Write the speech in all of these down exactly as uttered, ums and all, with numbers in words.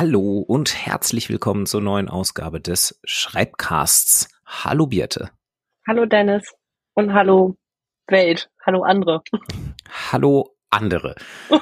Hallo und herzlich willkommen zur neuen Ausgabe des Schreibcasts. Hallo Birte. Hallo Dennis und hallo Welt, hallo andere. Hallo andere.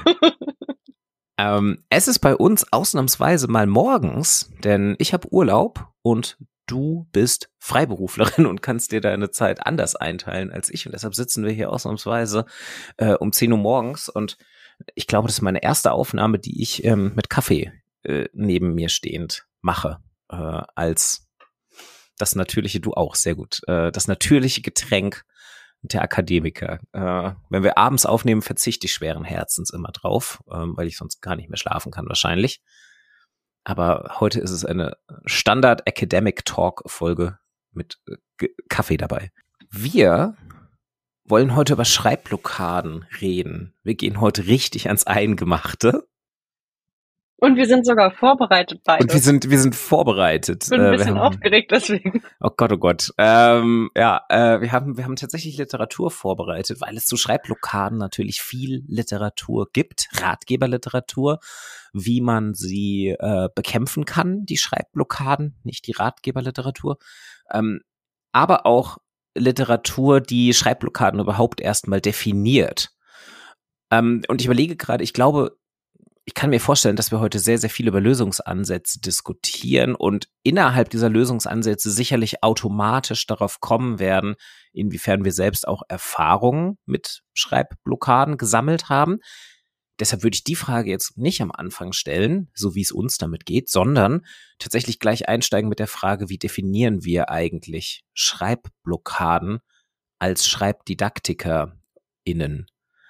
ähm, es ist bei uns ausnahmsweise mal morgens, denn ich habe Urlaub und du bist Freiberuflerin und kannst dir deine Zeit anders einteilen als ich. Und deshalb sitzen wir hier ausnahmsweise äh, um zehn Uhr morgens und ich glaube, das ist meine erste Aufnahme, die ich ähm, mit Kaffee äh, neben mir stehend mache, äh, als das natürliche, du auch, sehr gut, äh, das natürliche Getränk der Akademiker. Äh, wenn wir abends aufnehmen, verzichte ich schweren Herzens immer drauf, ähm, weil ich sonst gar nicht mehr schlafen kann wahrscheinlich. Aber heute ist es eine Standard Academic Talk Folge mit äh, Kaffee dabei. Wir wollen heute über Schreibblockaden reden. Wir gehen heute richtig ans Eingemachte. Und wir sind sogar vorbereitet beide. Und wir sind, wir sind vorbereitet. Ich bin ein Äh, bisschen wir haben, aufgeregt deswegen. Oh Gott, oh Gott. Ähm, ja, äh, wir haben, wir haben tatsächlich Literatur vorbereitet, weil es zu Schreibblockaden natürlich viel Literatur gibt, Ratgeberliteratur, wie man sie äh, bekämpfen kann, die Schreibblockaden, nicht die Ratgeberliteratur, ähm, aber auch Literatur, die Schreibblockaden überhaupt erstmal definiert. Ähm, und ich überlege gerade, ich glaube, ich kann mir vorstellen, dass wir heute sehr, sehr viel über Lösungsansätze diskutieren und innerhalb dieser Lösungsansätze sicherlich automatisch darauf kommen werden, inwiefern wir selbst auch Erfahrungen mit Schreibblockaden gesammelt haben. Deshalb würde ich die Frage jetzt nicht am Anfang stellen, so wie es uns damit geht, sondern tatsächlich gleich einsteigen mit der Frage, wie definieren wir eigentlich Schreibblockaden als SchreibdidaktikerInnen?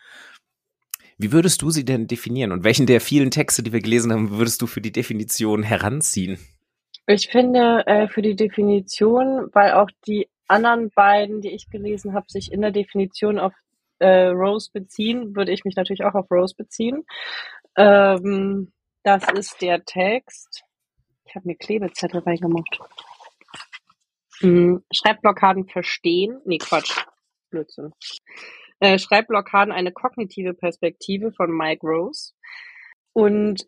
Wie würdest du sie denn definieren? Und welchen der vielen Texte, die wir gelesen haben, würdest du für die Definition heranziehen? Ich finde äh, für die Definition, weil auch die anderen beiden, die ich gelesen habe, sich in der Definition auf äh, Rose beziehen, würde ich mich natürlich auch auf Rose beziehen. Ähm, das ist der Text. Ich habe mir Klebezettel reingemacht. Hm, Schreibblockaden verstehen. Nee, Quatsch. Blödsinn. Äh, Schreibblockaden, eine kognitive Perspektive von Mike Rose. Und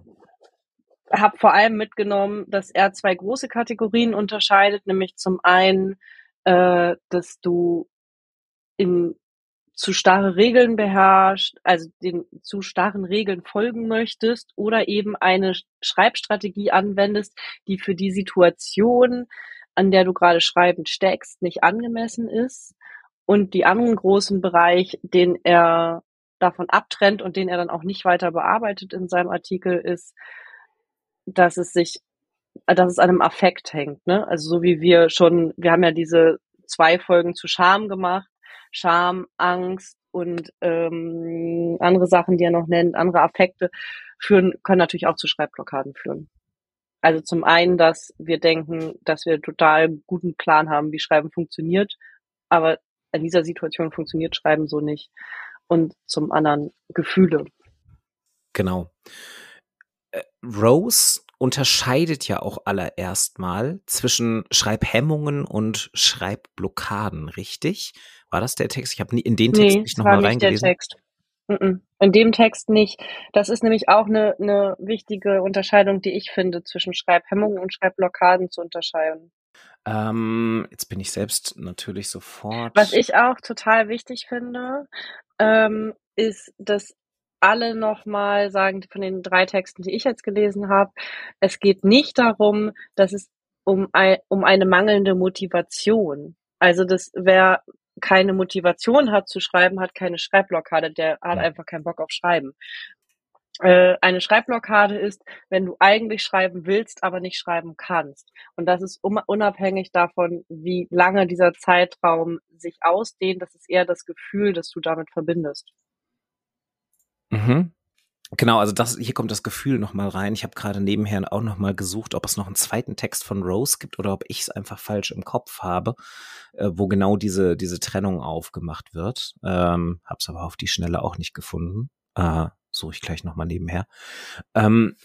habe vor allem mitgenommen, dass er zwei große Kategorien unterscheidet, nämlich zum einen, äh, dass du in zu starre Regeln beherrscht, also den zu starren Regeln folgen möchtest oder eben eine Schreibstrategie anwendest, die für die Situation, an der du gerade schreibend steckst, nicht angemessen ist. Und die anderen großen Bereich, den er davon abtrennt und den er dann auch nicht weiter bearbeitet in seinem Artikel, ist, dass es sich, dass es an einem Affekt hängt, ne? Also so wie wir schon, wir haben ja diese zwei Folgen zu Scham gemacht, Scham, Angst und ähm, andere Sachen, die er noch nennt, andere Affekte führen, können natürlich auch zu Schreibblockaden führen. Also zum einen, dass wir denken, dass wir total guten Plan haben, wie Schreiben funktioniert, aber in dieser Situation funktioniert Schreiben so nicht. Und zum anderen Gefühle. Genau. Äh, Rose unterscheidet ja auch allererst mal zwischen Schreibhemmungen und Schreibblockaden, richtig? War das der Text? Ich habe in den Text Nee, nicht das war nochmal nicht der reingelesen. Text. In dem Text nicht. Das ist nämlich auch eine, eine wichtige Unterscheidung, die ich finde, zwischen Schreibhemmungen und Schreibblockaden zu unterscheiden. Ähm, jetzt bin ich selbst natürlich sofort. Was ich auch total wichtig finde, ähm, ist, dass alle nochmal sagen, von den drei Texten, die ich jetzt gelesen habe, es geht nicht darum, dass es um, ein, um eine mangelnde Motivation. Also das, wer keine Motivation hat zu schreiben, hat keine Schreibblockade, der hat Ja. einfach keinen Bock auf Schreiben. Äh, eine Schreibblockade ist, wenn du eigentlich schreiben willst, aber nicht schreiben kannst. Und das ist um, unabhängig davon, wie lange dieser Zeitraum sich ausdehnt. Das ist eher das Gefühl, das du damit verbindest. Mhm. Genau, also das, hier kommt das Gefühl nochmal rein. Ich habe gerade nebenher auch nochmal gesucht, ob es noch einen zweiten Text von Rose gibt oder ob ich es einfach falsch im Kopf habe, äh, wo genau diese, diese Trennung aufgemacht wird. Ähm, hab's aber auf die Schnelle auch nicht gefunden. Äh, suche ich gleich nochmal nebenher. Ähm,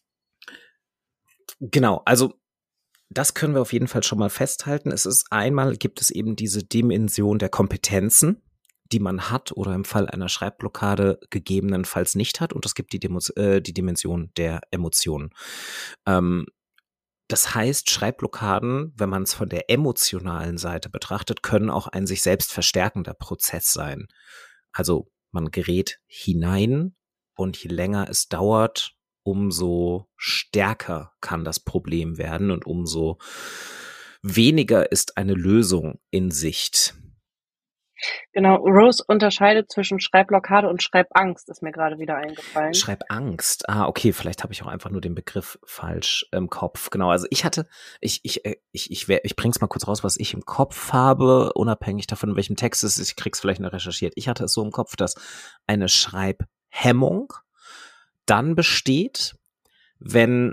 genau, also das können wir auf jeden Fall schon mal festhalten. Es ist einmal, gibt es eben diese Dimension der Kompetenzen, die man hat oder im Fall einer Schreibblockade gegebenenfalls nicht hat. Und es gibt die, Demo äh, die Dimension der Emotionen. Ähm, das heißt, Schreibblockaden, wenn man es von der emotionalen Seite betrachtet, können auch ein sich selbst verstärkender Prozess sein. Also man gerät hinein und je länger es dauert, umso stärker kann das Problem werden und umso weniger ist eine Lösung in Sicht. Genau, Rose unterscheidet zwischen Schreibblockade und Schreibangst, ist mir gerade wieder eingefallen. Schreibangst. Ah, okay, vielleicht habe ich auch einfach nur den Begriff falsch im Kopf. Genau, also ich hatte, ich, ich, ich, ich, ich, ich bring's mal kurz raus, was ich im Kopf habe, unabhängig davon, in welchem Text es ist. Ich krieg's vielleicht noch recherchiert. Ich hatte es so im Kopf, dass eine Schreibhemmung dann besteht, wenn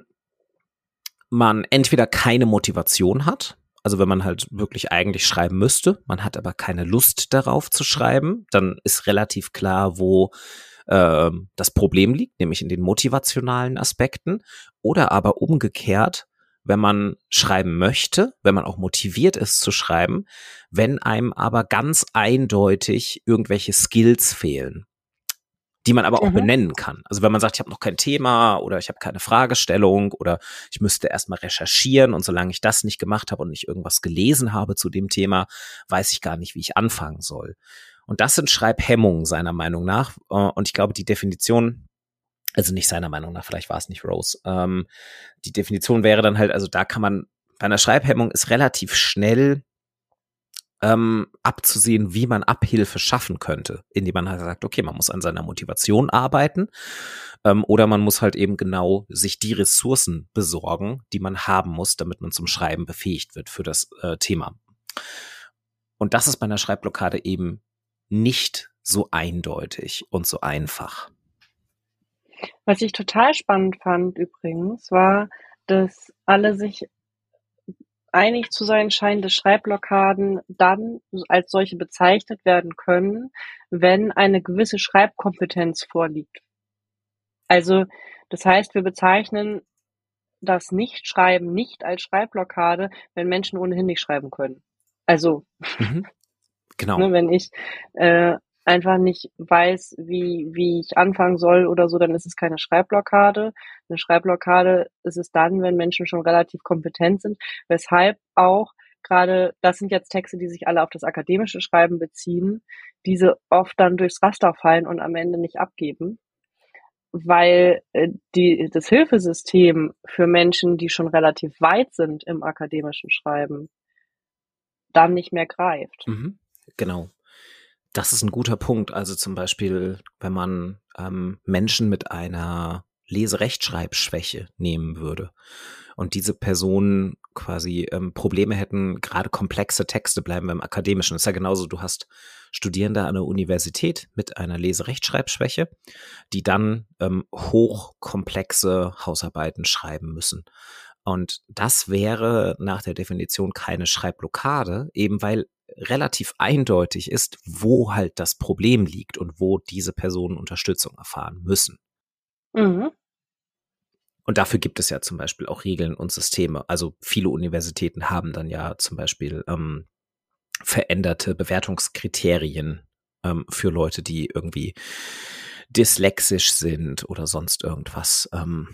man entweder keine Motivation hat, also wenn man halt wirklich eigentlich schreiben müsste, man hat aber keine Lust darauf zu schreiben, dann ist relativ klar, wo äh, das Problem liegt, nämlich in den motivationalen Aspekten. Oder aber umgekehrt, wenn man schreiben möchte, wenn man auch motiviert ist zu schreiben, wenn einem aber ganz eindeutig irgendwelche Skills fehlen, die man aber auch mhm. benennen kann. Also wenn man sagt, ich habe noch kein Thema oder ich habe keine Fragestellung oder ich müsste erstmal recherchieren und solange ich das nicht gemacht habe und nicht irgendwas gelesen habe zu dem Thema, weiß ich gar nicht, wie ich anfangen soll. Und das sind Schreibhemmungen seiner Meinung nach. Und ich glaube, die Definition, also nicht seiner Meinung nach, vielleicht war es nicht Rose, ähm, die Definition wäre dann halt, also da kann man, bei einer Schreibhemmung ist relativ schnell Ähm, abzusehen, wie man Abhilfe schaffen könnte, indem man halt sagt, okay, man muss an seiner Motivation arbeiten ähm, oder man muss halt eben genau sich die Ressourcen besorgen, die man haben muss, damit man zum Schreiben befähigt wird für das äh, Thema. Und das ist bei einer Schreibblockade eben nicht so eindeutig und so einfach. Was ich total spannend fand übrigens, war, dass alle sich einig zu sein scheinen, dass Schreibblockaden dann als solche bezeichnet werden können, wenn eine gewisse Schreibkompetenz vorliegt. Also das heißt, wir bezeichnen das Nichtschreiben nicht als Schreibblockade, wenn Menschen ohnehin nicht schreiben können. Also mhm. Genau. Ne, wenn ich äh, einfach nicht weiß, wie, wie ich anfangen soll oder so, dann ist es keine Schreibblockade. Eine Schreibblockade ist es dann, wenn Menschen schon relativ kompetent sind, weshalb auch gerade, das sind jetzt Texte, die sich alle auf das akademische Schreiben beziehen, diese oft dann durchs Raster fallen und am Ende nicht abgeben, weil äh, die, das Hilfesystem für Menschen, die schon relativ weit sind im akademischen Schreiben, dann nicht mehr greift. Mhm. Genau. Das ist ein guter Punkt. Also zum Beispiel, wenn man ähm, Menschen mit einer Leserechtschreibschwäche nehmen würde und diese Personen quasi ähm, Probleme hätten, gerade komplexe Texte bleiben beim Akademischen. Das ist ja genauso, du hast Studierende an der Universität mit einer Leserechtschreibschwäche, die dann ähm, hochkomplexe Hausarbeiten schreiben müssen. Und das wäre nach der Definition keine Schreibblockade, eben weil relativ eindeutig ist, wo halt das Problem liegt und wo diese Personen Unterstützung erfahren müssen. Mhm. Und dafür gibt es ja zum Beispiel auch Regeln und Systeme. Also viele Universitäten haben dann ja zum Beispiel ähm, veränderte Bewertungskriterien ähm, für Leute, die irgendwie dyslexisch sind oder sonst irgendwas. Ähm.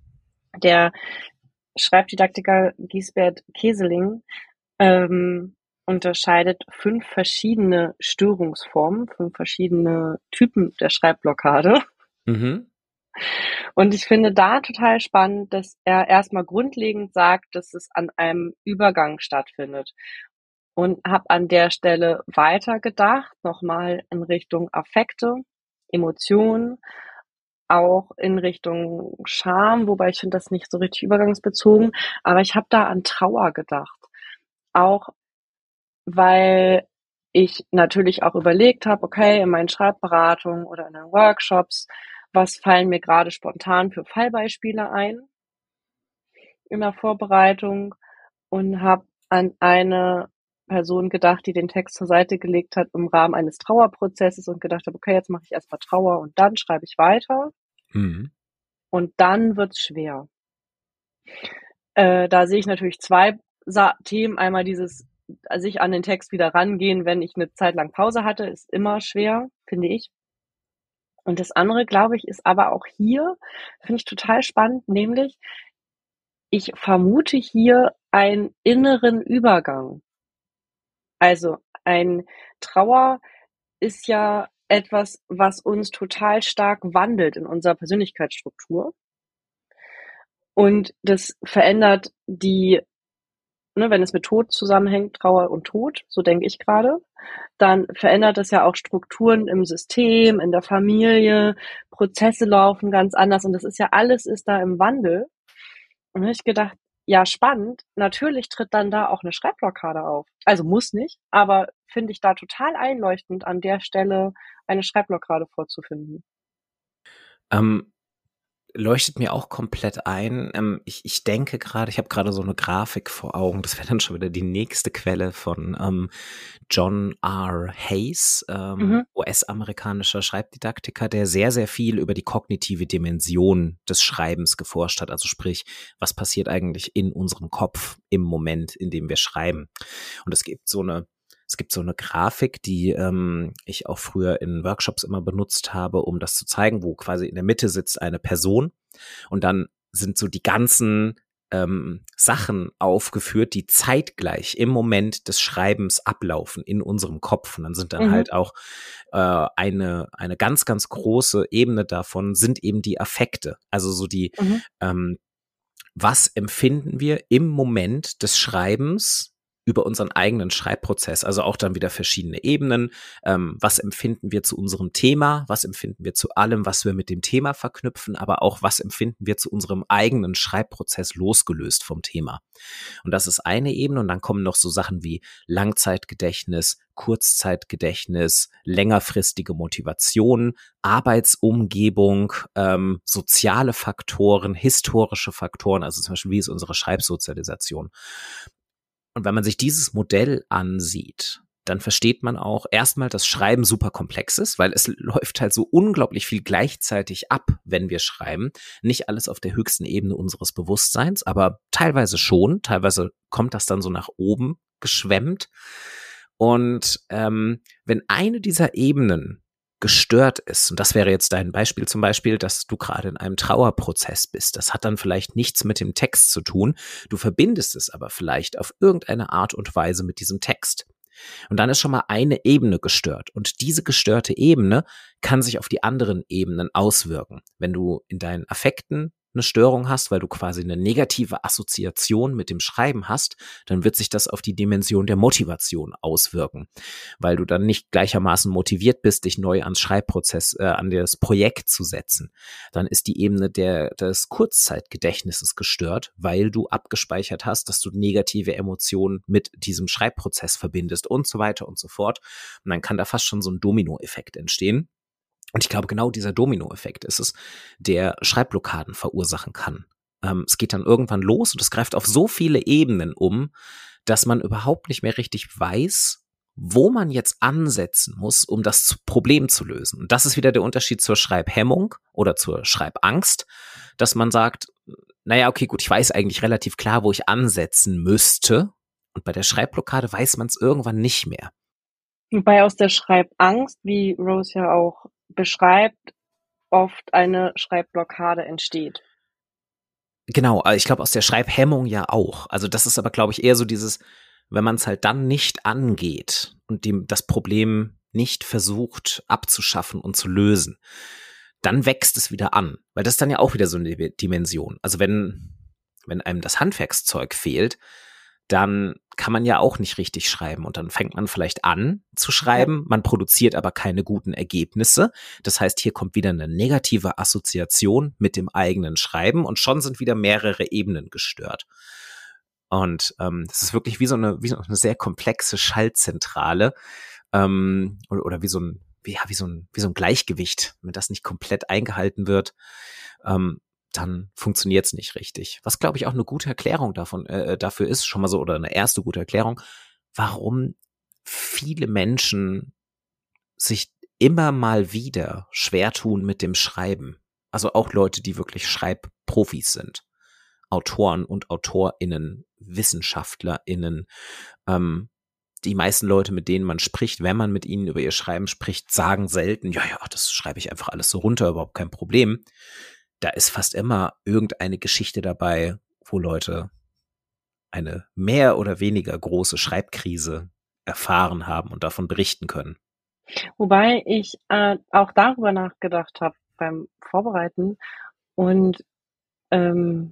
Der Schreibdidaktiker Giesbert Keseling ähm, unterscheidet fünf verschiedene Störungsformen, fünf verschiedene Typen der Schreibblockade. Mhm. Und ich finde da total spannend, dass er erstmal grundlegend sagt, dass es an einem Übergang stattfindet. Und habe an der Stelle weitergedacht, nochmal in Richtung Affekte, Emotionen, auch in Richtung Scham, wobei ich finde das nicht so richtig übergangsbezogen, aber ich habe da an Trauer gedacht. Auch weil ich natürlich auch überlegt habe, okay, in meinen Schreibberatungen oder in den Workshops, was fallen mir gerade spontan für Fallbeispiele ein in der Vorbereitung und habe an eine Person gedacht, die den Text zur Seite gelegt hat im Rahmen eines Trauerprozesses und gedacht habe, okay, jetzt mache ich erstmal Trauer und dann schreibe ich weiter. Mhm. Und dann wird's schwer. Äh, da sehe ich natürlich zwei Sa- Themen. Einmal dieses sich an den Text wieder rangehen, wenn ich eine Zeit lang Pause hatte, ist immer schwer, finde ich. Und das andere, glaube ich, ist aber auch hier, finde ich total spannend, nämlich ich vermute hier einen inneren Übergang. Also ein Trauer ist ja etwas, was uns total stark wandelt in unserer Persönlichkeitsstruktur. Und das verändert die, ne, wenn es mit Tod zusammenhängt, Trauer und Tod, so denke ich gerade, dann verändert das ja auch Strukturen im System, in der Familie, Prozesse laufen ganz anders und das ist ja alles ist da im Wandel. Und da habe ich gedacht, ja, spannend, natürlich tritt dann da auch eine Schreibblockade auf. Also muss nicht, aber finde ich da total einleuchtend, an der Stelle eine Schreibblockade vorzufinden. Ähm, leuchtet mir auch komplett ein. Ähm, ich, ich denke gerade, ich habe gerade so eine Grafik vor Augen, das wäre dann schon wieder die nächste Quelle von ähm, John R. Hayes, ähm, Mhm. U S-amerikanischer Schreibdidaktiker, der sehr, sehr viel über die kognitive Dimension des Schreibens geforscht hat. Also sprich, was passiert eigentlich in unserem Kopf im Moment, in dem wir schreiben. Und es gibt so eine Es gibt so eine Grafik, die ähm, ich auch früher in Workshops immer benutzt habe, um das zu zeigen, wo quasi in der Mitte sitzt eine Person und dann sind so die ganzen ähm, Sachen aufgeführt, die zeitgleich im Moment des Schreibens ablaufen in unserem Kopf. Und dann sind dann Mhm. halt auch äh, eine, eine ganz, ganz große Ebene davon sind eben die Affekte. Also so die, Mhm. ähm, was empfinden wir im Moment des Schreibens über unseren eigenen Schreibprozess, also auch dann wieder verschiedene Ebenen. Ähm, was empfinden wir zu unserem Thema? Was empfinden wir zu allem, was wir mit dem Thema verknüpfen? Aber auch, was empfinden wir zu unserem eigenen Schreibprozess losgelöst vom Thema? Und das ist eine Ebene. Und dann kommen noch so Sachen wie Langzeitgedächtnis, Kurzzeitgedächtnis, längerfristige Motivation, Arbeitsumgebung, ähm, soziale Faktoren, historische Faktoren, also zum Beispiel, wie ist unsere Schreibsozialisation? Und wenn man sich dieses Modell ansieht, dann versteht man auch erstmal, dass Schreiben super komplex ist, weil es läuft halt so unglaublich viel gleichzeitig ab, wenn wir schreiben. Nicht alles auf der höchsten Ebene unseres Bewusstseins, aber teilweise schon. Teilweise kommt das dann so nach oben geschwemmt. Und ähm, wenn eine dieser Ebenen gestört ist, und das wäre jetzt dein Beispiel zum Beispiel, dass du gerade in einem Trauerprozess bist, das hat dann vielleicht nichts mit dem Text zu tun, du verbindest es aber vielleicht auf irgendeine Art und Weise mit diesem Text. Und dann ist schon mal eine Ebene gestört. Und diese gestörte Ebene kann sich auf die anderen Ebenen auswirken. Wenn du in deinen Affekten eine Störung hast, weil du quasi eine negative Assoziation mit dem Schreiben hast, dann wird sich das auf die Dimension der Motivation auswirken, weil du dann nicht gleichermaßen motiviert bist, dich neu ans Schreibprozess, äh, an das Projekt zu setzen. Dann ist die Ebene der, des Kurzzeitgedächtnisses gestört, weil du abgespeichert hast, dass du negative Emotionen mit diesem Schreibprozess verbindest und so weiter und so fort. Und dann kann da fast schon so ein Dominoeffekt entstehen. Und ich glaube, genau dieser Dominoeffekt ist es, der Schreibblockaden verursachen kann. Ähm, es geht dann irgendwann los und es greift auf so viele Ebenen um, dass man überhaupt nicht mehr richtig weiß, wo man jetzt ansetzen muss, um das Problem zu lösen. Und das ist wieder der Unterschied zur Schreibhemmung oder zur Schreibangst, dass man sagt, naja, okay, gut, ich weiß eigentlich relativ klar, wo ich ansetzen müsste. Und bei der Schreibblockade weiß man es irgendwann nicht mehr. Wobei aus der Schreibangst, wie Rose ja auch beschreibt, oft eine Schreibblockade entsteht. Genau, ich glaube aus der Schreibhemmung ja auch. Also das ist aber, glaube ich, eher so dieses, wenn man es halt dann nicht angeht und dem das Problem nicht versucht abzuschaffen und zu lösen, dann wächst es wieder an. Weil das ist dann ja auch wieder so eine Dimension. Also wenn, wenn einem das Handwerkszeug fehlt, dann kann man ja auch nicht richtig schreiben und dann fängt man vielleicht an zu schreiben, man produziert aber keine guten Ergebnisse. Das heißt, hier kommt wieder eine negative Assoziation mit dem eigenen Schreiben und schon sind wieder mehrere Ebenen gestört. Und ähm, das ist wirklich wie so eine, wie so eine sehr komplexe Schaltzentrale ähm, oder, oder wie so ein, wie, ja, wie so ein, wie so ein Gleichgewicht, wenn das nicht komplett eingehalten wird. Ähm, dann funktioniert es nicht richtig. Was, glaube ich, auch eine gute Erklärung davon äh, dafür ist, schon mal so, oder eine erste gute Erklärung, warum viele Menschen sich immer mal wieder schwer tun mit dem Schreiben. Also auch Leute, die wirklich Schreibprofis sind. Autoren und AutorInnen, WissenschaftlerInnen, ähm, die meisten Leute, mit denen man spricht, wenn man mit ihnen über ihr Schreiben spricht, sagen selten, ja, ja, das schreibe ich einfach alles so runter, überhaupt kein Problem. Da ist fast immer irgendeine Geschichte dabei, wo Leute eine mehr oder weniger große Schreibkrise erfahren haben und davon berichten können. Wobei ich äh, auch darüber nachgedacht habe beim Vorbereiten und ähm,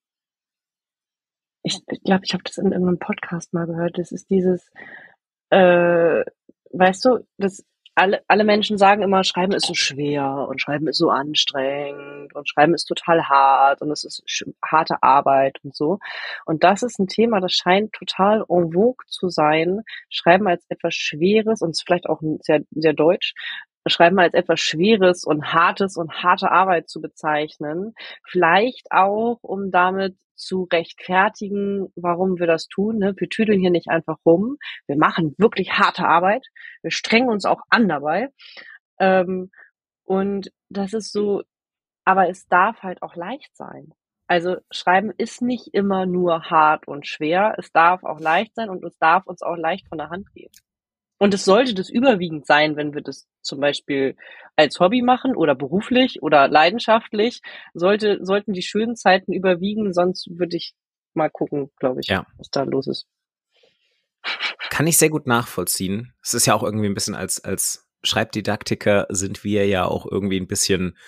ich glaube, ich, glaub, ich habe das in irgendeinem Podcast mal gehört. Das ist dieses, äh, weißt du, das alle, alle Menschen sagen immer, Schreiben ist so schwer und Schreiben ist so anstrengend und Schreiben ist total hart und es ist sch- harte Arbeit und so. Und das ist ein Thema, das scheint total en vogue zu sein. Schreiben als etwas Schweres und ist vielleicht auch ein sehr, sehr deutsch. Schreiben als etwas Schweres und Hartes und harte Arbeit zu bezeichnen. Vielleicht auch, um damit zu rechtfertigen, warum wir das tun. Ne? Wir tüdeln hier nicht einfach rum. Wir machen wirklich harte Arbeit. Wir strengen uns auch an dabei. Ähm, und das ist so, aber es darf halt auch leicht sein. Also Schreiben ist nicht immer nur hart und schwer. Es darf auch leicht sein und es darf uns auch leicht von der Hand gehen. Und es sollte das überwiegend sein, wenn wir das zum Beispiel als Hobby machen oder beruflich oder leidenschaftlich, sollte, sollten die schönen Zeiten überwiegen, sonst würde ich mal gucken, glaube ich, Ja. was da los ist. Kann ich sehr gut nachvollziehen. Es ist ja auch irgendwie ein bisschen als, als Schreibdidaktiker sind wir ja auch irgendwie ein bisschen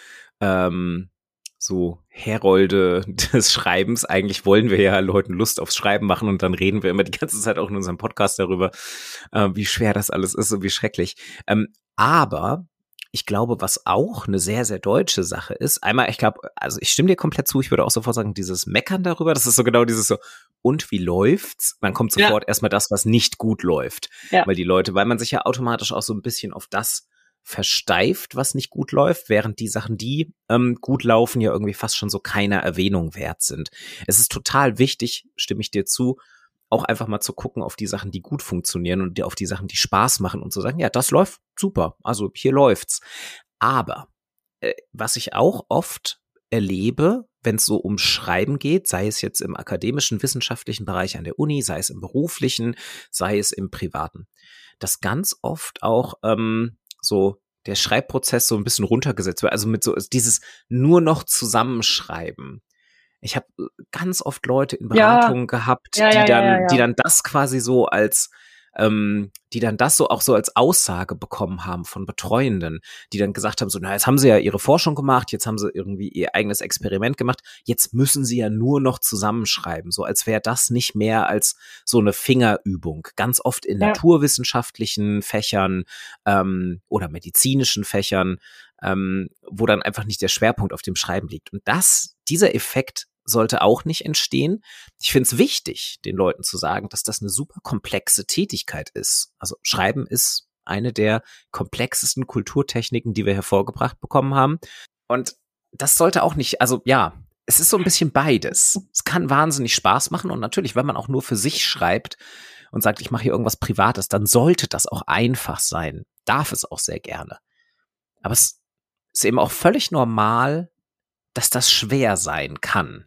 ähm, so Herolde des Schreibens. Eigentlich wollen wir ja Leuten Lust aufs Schreiben machen und dann reden wir immer die ganze Zeit auch in unserem Podcast darüber, äh, wie schwer das alles ist und wie schrecklich. Ähm, aber ich glaube, was auch eine sehr, sehr deutsche Sache ist, einmal, ich glaube, also ich stimme dir komplett zu, ich würde auch sofort sagen, dieses Meckern darüber, das ist so genau dieses so, und wie läuft's? Man kommt sofort ja. erstmal das, was nicht gut läuft. Ja. Weil die Leute, weil man sich ja automatisch auch so ein bisschen auf das versteift, was nicht gut läuft, während die Sachen, die ähm, gut laufen, ja irgendwie fast schon so keiner Erwähnung wert sind. Es ist total wichtig, stimme ich dir zu, auch einfach mal zu gucken auf die Sachen, die gut funktionieren und auf die Sachen, die Spaß machen und zu sagen, ja, das läuft super, also hier läuft's. Aber äh, was ich auch oft erlebe, wenn es so um Schreiben geht, sei es jetzt im akademischen, wissenschaftlichen Bereich an der Uni, sei es im beruflichen, sei es im privaten, dass ganz oft auch ähm, so der Schreibprozess so ein bisschen runtergesetzt wird, also mit so dieses nur noch Zusammenschreiben. Ich habe ganz oft Leute in Beratungen ja. gehabt, ja, die ja, dann, ja, ja. die dann das quasi so als, ähm, die dann das so auch so als Aussage bekommen haben von Betreuenden, die dann gesagt haben, so, na, jetzt haben sie ja ihre Forschung gemacht, jetzt haben sie irgendwie ihr eigenes Experiment gemacht, jetzt müssen sie ja nur noch zusammenschreiben, so als wäre das nicht mehr als so eine Fingerübung. Ganz oft in ja. naturwissenschaftlichen Fächern ähm, oder medizinischen Fächern, ähm, wo dann einfach nicht der Schwerpunkt auf dem Schreiben liegt. Und das, dieser Effekt sollte auch nicht entstehen. Ich finde es wichtig, den Leuten zu sagen, dass das eine super komplexe Tätigkeit ist. Also Schreiben ist eine der komplexesten Kulturtechniken, die wir hervorgebracht bekommen haben. Und das sollte auch nicht, also ja, es ist so ein bisschen beides. Es kann wahnsinnig Spaß machen und natürlich, wenn man auch nur für sich schreibt und sagt, ich mache hier irgendwas Privates, dann sollte das auch einfach sein. Darf es auch sehr gerne. Aber es ist eben auch völlig normal, dass das schwer sein kann.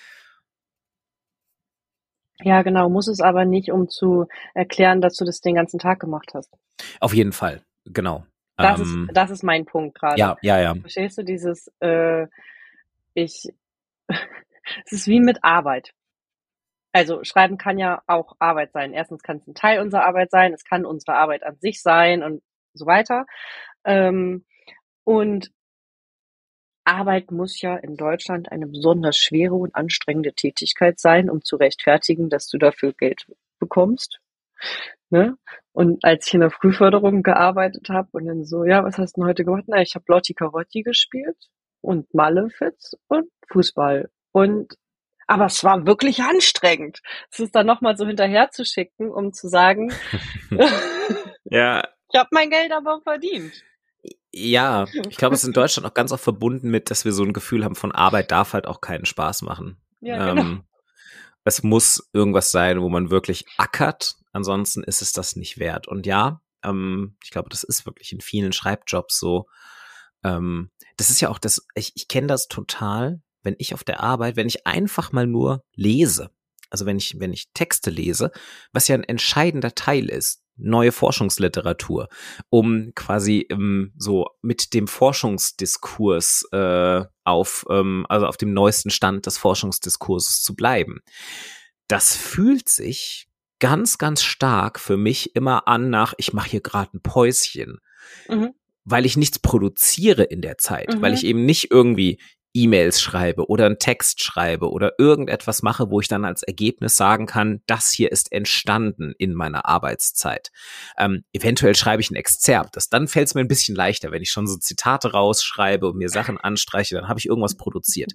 Ja, genau, muss es aber nicht, um zu erklären, dass du das den ganzen Tag gemacht hast. Auf jeden Fall, genau. Das, ähm, ist, das ist mein Punkt gerade. Ja, ja, ja. Verstehst du dieses, äh, ich, es ist wie mit Arbeit. Also Schreiben kann ja auch Arbeit sein. Erstens kann es ein Teil unserer Arbeit sein, es kann unsere Arbeit an sich sein und so weiter. Ähm, und Arbeit muss ja in Deutschland eine besonders schwere und anstrengende Tätigkeit sein, um zu rechtfertigen, dass du dafür Geld bekommst. Ne? Und als ich in der Frühförderung gearbeitet habe und dann so, ja, was hast du denn heute gemacht? Na, ich habe Lotti Carotti gespielt und Malefiz und Fußball. Und aber es war wirklich anstrengend. Es ist dann nochmal so hinterher zu schicken, um zu sagen, ja. Ich habe mein Geld aber verdient. Ja, ich glaube, es ist in Deutschland auch ganz oft verbunden mit, dass wir so ein Gefühl haben von Arbeit darf halt auch keinen Spaß machen. Ja, genau. Ähm, es muss irgendwas sein, wo man wirklich ackert, ansonsten ist es das nicht wert. Und ja, ähm, ich glaube, das ist wirklich in vielen Schreibjobs so. Ähm, das ist ja auch das, ich, ich kenne das total, wenn ich auf der Arbeit, wenn ich einfach mal nur lese, also wenn ich, wenn ich Texte lese, was ja ein entscheidender Teil ist, neue Forschungsliteratur, um quasi ähm, so mit dem Forschungsdiskurs äh, auf, ähm, also auf dem neuesten Stand des Forschungsdiskurses zu bleiben. Das fühlt sich ganz, ganz stark für mich immer an nach, ich mache hier gerade ein Päuschen, Mhm. weil ich nichts produziere in der Zeit, Mhm. weil ich eben nicht irgendwie E-Mails schreibe oder einen Text schreibe oder irgendetwas mache, wo ich dann als Ergebnis sagen kann, das hier ist entstanden in meiner Arbeitszeit. Ähm, eventuell schreibe ich ein Exzerpt. Das, dann fällt es mir ein bisschen leichter, wenn ich schon so Zitate rausschreibe und mir Sachen anstreiche, dann habe ich irgendwas produziert.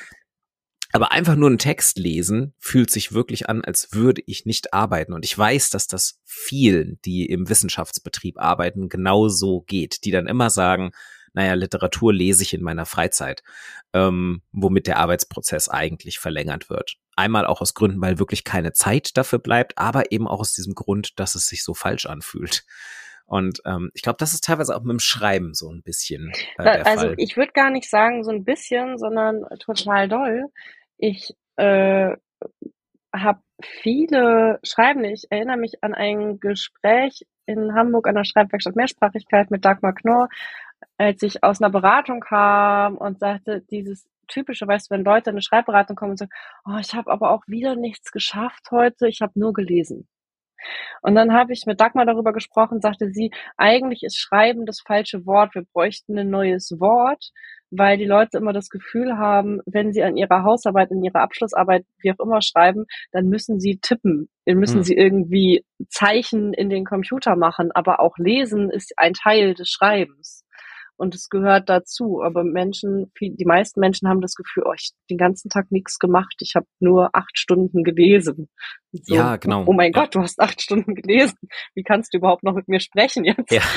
Aber einfach nur einen Text lesen fühlt sich wirklich an, als würde ich nicht arbeiten. Und ich weiß, dass das vielen, die im Wissenschaftsbetrieb arbeiten, genauso geht, die dann immer sagen, naja, Literatur lese ich in meiner Freizeit, ähm, womit der Arbeitsprozess eigentlich verlängert wird. Einmal auch aus Gründen, weil wirklich keine Zeit dafür bleibt, aber eben auch aus diesem Grund, dass es sich so falsch anfühlt. Und ähm, ich glaube, das ist teilweise auch mit dem Schreiben so ein bisschen äh, der Also Fall. ich würde gar nicht sagen so ein bisschen, sondern total doll. Ich äh, habe viele Schreibende. Ich erinnere mich an ein Gespräch in Hamburg an der Schreibwerkstatt Mehrsprachigkeit mit Dagmar Knorr, als ich aus einer Beratung kam und sagte, dieses typische, weißt du, wenn Leute in eine Schreibberatung kommen und sagen, oh, ich habe aber auch wieder nichts geschafft heute, ich habe nur gelesen. Und dann habe ich mit Dagmar darüber gesprochen, sagte sie, eigentlich ist Schreiben das falsche Wort. Wir bräuchten ein neues Wort, weil die Leute immer das Gefühl haben, wenn sie an ihrer Hausarbeit, in ihrer Abschlussarbeit, wie auch immer schreiben, dann müssen sie tippen, dann müssen Hm. sie irgendwie Zeichen in den Computer machen. Aber auch lesen ist ein Teil des Schreibens. Und es gehört dazu. Aber Menschen, die meisten Menschen haben das Gefühl, oh, ich habe den ganzen Tag nichts gemacht. Ich habe nur acht Stunden gelesen. So, Ja, genau. oh mein Ja. Gott, du hast acht Stunden gelesen. Wie kannst du überhaupt noch mit mir sprechen jetzt? Ja,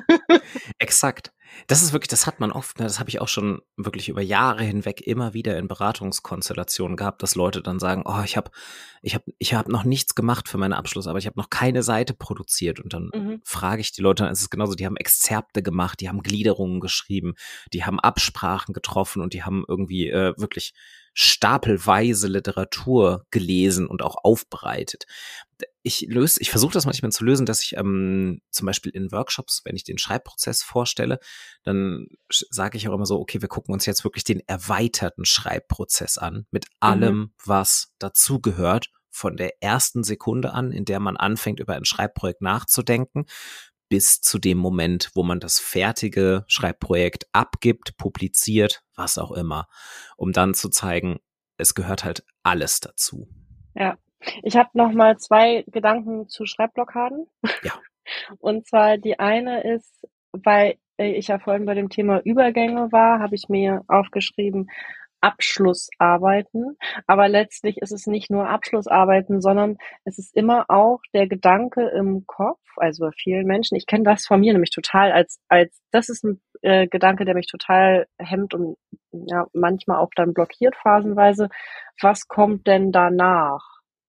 exakt. Das ist wirklich, das hat man oft, ne? Das habe ich auch schon wirklich über Jahre hinweg immer wieder in Beratungskonstellationen gehabt, dass Leute dann sagen, oh, ich habe ich hab, ich hab noch nichts gemacht für meine Abschlussarbeit, ich habe noch keine Seite produziert. Und dann Mhm. frage ich die Leute, dann ist es genauso, die haben Exzerpte gemacht, die haben Gliederungen geschrieben, die haben Absprachen getroffen und die haben irgendwie äh, wirklich stapelweise Literatur gelesen und auch aufbereitet. Ich löse, ich versuche das manchmal zu lösen, dass ich ähm, zum Beispiel in Workshops, wenn ich den Schreibprozess vorstelle, dann sage ich auch immer so, okay, wir gucken uns jetzt wirklich den erweiterten Schreibprozess an, mit allem, Mhm. was dazugehört, von der ersten Sekunde an, in der man anfängt, über ein Schreibprojekt nachzudenken, bis zu dem Moment, wo man das fertige Schreibprojekt abgibt, publiziert, was auch immer, um dann zu zeigen, es gehört halt alles dazu. Ja. Ich habe noch mal zwei Gedanken zu Schreibblockaden. Ja. Und zwar die eine ist, weil ich ja vorhin bei dem Thema Übergänge war, habe ich mir aufgeschrieben, Abschlussarbeiten. Aber letztlich ist es nicht nur Abschlussarbeiten, sondern es ist immer auch der Gedanke im Kopf, also bei vielen Menschen. Ich kenne das von mir nämlich total als, als, das ist ein äh, Gedanke, der mich total hemmt und ja, manchmal auch dann blockiert phasenweise. Was kommt denn danach?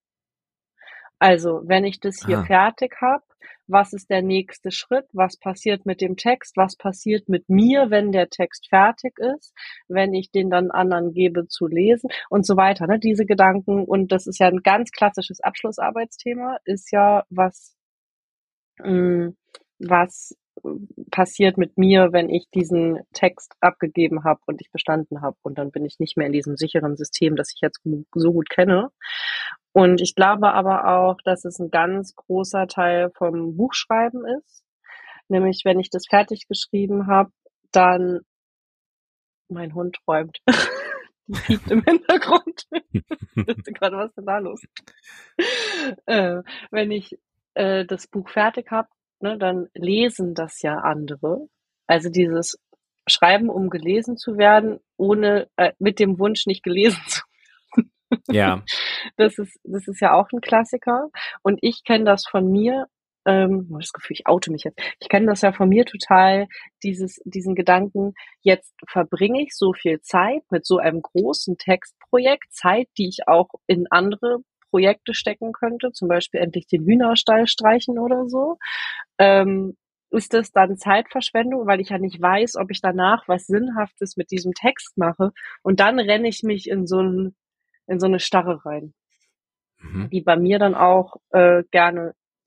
Also, wenn ich das hier Ah. fertig habe, was ist der nächste Schritt? Was passiert mit dem Text? Was passiert mit mir, wenn der Text fertig ist? Wenn ich den dann anderen gebe zu lesen und so weiter, ne? Diese Gedanken. Und das ist ja ein ganz klassisches Abschlussarbeitsthema, ist ja was, mh, was passiert mit mir, wenn ich diesen Text abgegeben habe und ich bestanden habe. Und dann bin ich nicht mehr in diesem sicheren System, das ich jetzt so gut kenne. Und ich glaube aber auch, dass es ein ganz großer Teil vom Buchschreiben ist. Nämlich, wenn ich das fertig geschrieben habe, dann mein Hund träumt. Die piept im Hintergrund. Ich dachte gerade, was ist denn da los? Äh, wenn ich äh, das Buch fertig habe, ne, dann lesen das ja andere. Also dieses Schreiben, um gelesen zu werden, ohne äh, mit dem Wunsch, nicht gelesen zu werden. Ja. Das ist, das ist ja auch ein Klassiker. Und ich kenne das von mir, ähm, ich habe das Gefühl, ich oute mich jetzt. Ich kenne das ja von mir total, dieses, diesen Gedanken, jetzt verbringe ich so viel Zeit mit so einem großen Textprojekt, Zeit, die ich auch in andere Projekte stecken könnte, zum Beispiel endlich den Hühnerstall streichen oder so. Ähm, ist das dann Zeitverschwendung, weil ich ja nicht weiß, ob ich danach was Sinnhaftes mit diesem Text mache. Und dann renne ich mich in so ein, in so eine Starre rein, Mhm. die bei mir dann auch äh, gerne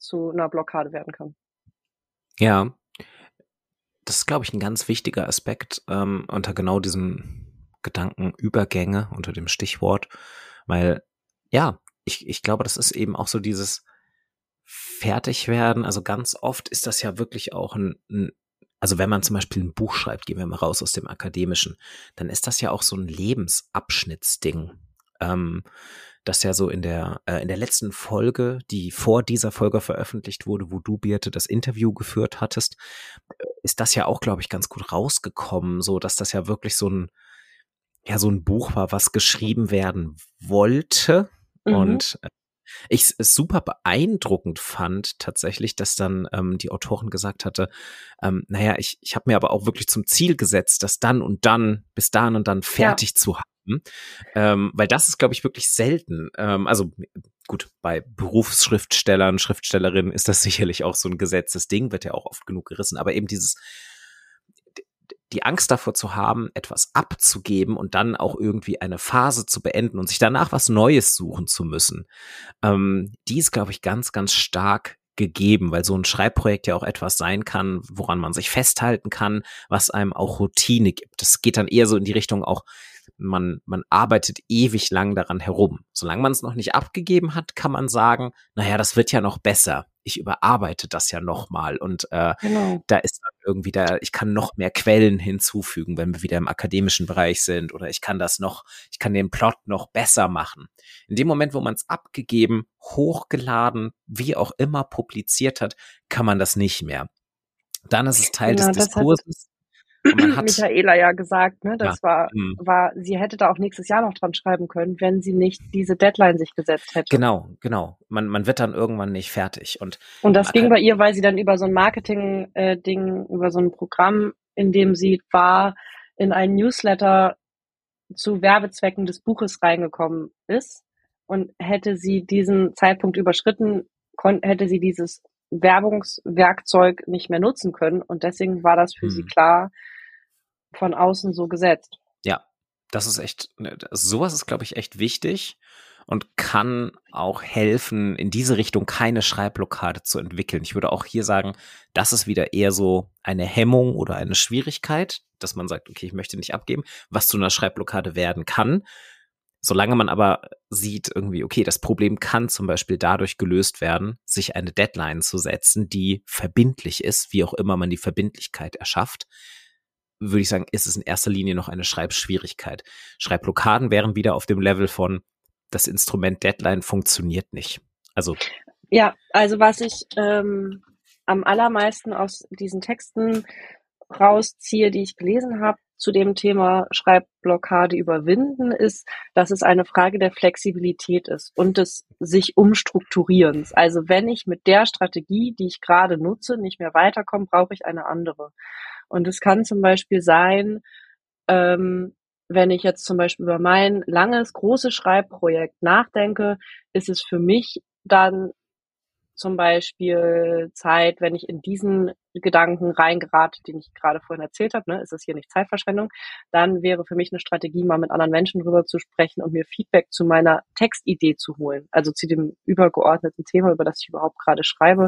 zu einer Blockade werden kann. Ja, das ist, glaube ich, ein ganz wichtiger Aspekt ähm, unter genau diesem Gedankenübergänge, unter dem Stichwort, weil ja, ich, ich glaube, das ist eben auch so dieses Fertigwerden. Also ganz oft ist das ja wirklich auch ein, ein also wenn man zum Beispiel ein Buch schreibt, gehen wir mal raus aus dem Akademischen, dann ist das ja auch so ein Lebensabschnittsding. Ähm, das ja so in der äh, in der letzten Folge, die vor dieser Folge veröffentlicht wurde, wo du, Birte, das Interview geführt hattest, ist das ja auch, glaube ich, ganz gut rausgekommen, so dass das ja wirklich so ein ja so ein Buch war, was geschrieben werden wollte. Mhm. Und ich es super beeindruckend fand tatsächlich, dass dann ähm, die Autorin gesagt hatte, ähm, naja, ich, ich habe mir aber auch wirklich zum Ziel gesetzt, das dann und dann, bis dahin und dann fertig ja. zu haben. Ähm, weil das ist, glaube ich, wirklich selten. Ähm, also gut, bei Berufsschriftstellern, Schriftstellerinnen ist das sicherlich auch so ein gesetztes Ding, wird ja auch oft genug gerissen, aber eben dieses die Angst davor zu haben, etwas abzugeben und dann auch irgendwie eine Phase zu beenden und sich danach was Neues suchen zu müssen, ähm, die ist, glaube ich, ganz, ganz stark gegeben, weil so ein Schreibprojekt ja auch etwas sein kann, woran man sich festhalten kann, was einem auch Routine gibt. Das geht dann eher so in die Richtung auch, man, man arbeitet ewig lang daran herum. Solange man es noch nicht abgegeben hat, kann man sagen, naja, das wird ja noch besser. Ich überarbeite das ja nochmal und äh, genau. da ist dann irgendwie da, ich kann noch mehr Quellen hinzufügen, wenn wir wieder im akademischen Bereich sind oder ich kann das noch, ich kann den Plot noch besser machen. In dem Moment, wo man es abgegeben, hochgeladen, wie auch immer publiziert hat, kann man das nicht mehr. Dann ist es Teil genau, des Diskurses. Und man hat Michaela ja gesagt, ne, das ja. war, war, sie hätte da auch nächstes Jahr noch dran schreiben können, wenn sie nicht diese Deadline sich gesetzt hätte. Genau, genau. Man, man wird dann irgendwann nicht fertig. Und, und das ging bei ihr, weil sie dann über so ein Marketing-Ding, über so ein Programm, in dem sie war, in einen Newsletter zu Werbezwecken des Buches reingekommen ist. Und hätte sie diesen Zeitpunkt überschritten, kon- hätte sie dieses Werbungswerkzeug nicht mehr nutzen können. Und deswegen war das für hm. sie klar, von außen so gesetzt. Ja, das ist echt, sowas ist, glaube ich, echt wichtig und kann auch helfen, in diese Richtung keine Schreibblockade zu entwickeln. Ich würde auch hier sagen, das ist wieder eher so eine Hemmung oder eine Schwierigkeit, dass man sagt, okay, ich möchte nicht abgeben, was zu einer Schreibblockade werden kann. Solange man aber sieht irgendwie, okay, das Problem kann zum Beispiel dadurch gelöst werden, sich eine Deadline zu setzen, die verbindlich ist, wie auch immer man die Verbindlichkeit erschafft, würde ich sagen, ist es in erster Linie noch eine Schreibschwierigkeit. Schreibblockaden wären wieder auf dem Level von, das Instrument Deadline funktioniert nicht. Also ja, also was ich ähm, am allermeisten aus diesen Texten rausziehe, die ich gelesen habe, zu dem Thema Schreibblockade überwinden, ist, dass es eine Frage der Flexibilität ist und des sich Umstrukturierens. Also wenn ich mit der Strategie, die ich gerade nutze, nicht mehr weiterkomme, brauche ich eine andere. Und es kann zum Beispiel sein, ähm, wenn ich jetzt zum Beispiel über mein langes, großes Schreibprojekt nachdenke, ist es für mich dann zum Beispiel Zeit, wenn ich in diesen Gedanken reingerate, den ich gerade vorhin erzählt habe, ne, ist es hier nicht Zeitverschwendung, dann wäre für mich eine Strategie, mal mit anderen Menschen drüber zu sprechen und mir Feedback zu meiner Textidee zu holen, also zu dem übergeordneten Thema, über das ich überhaupt gerade schreibe.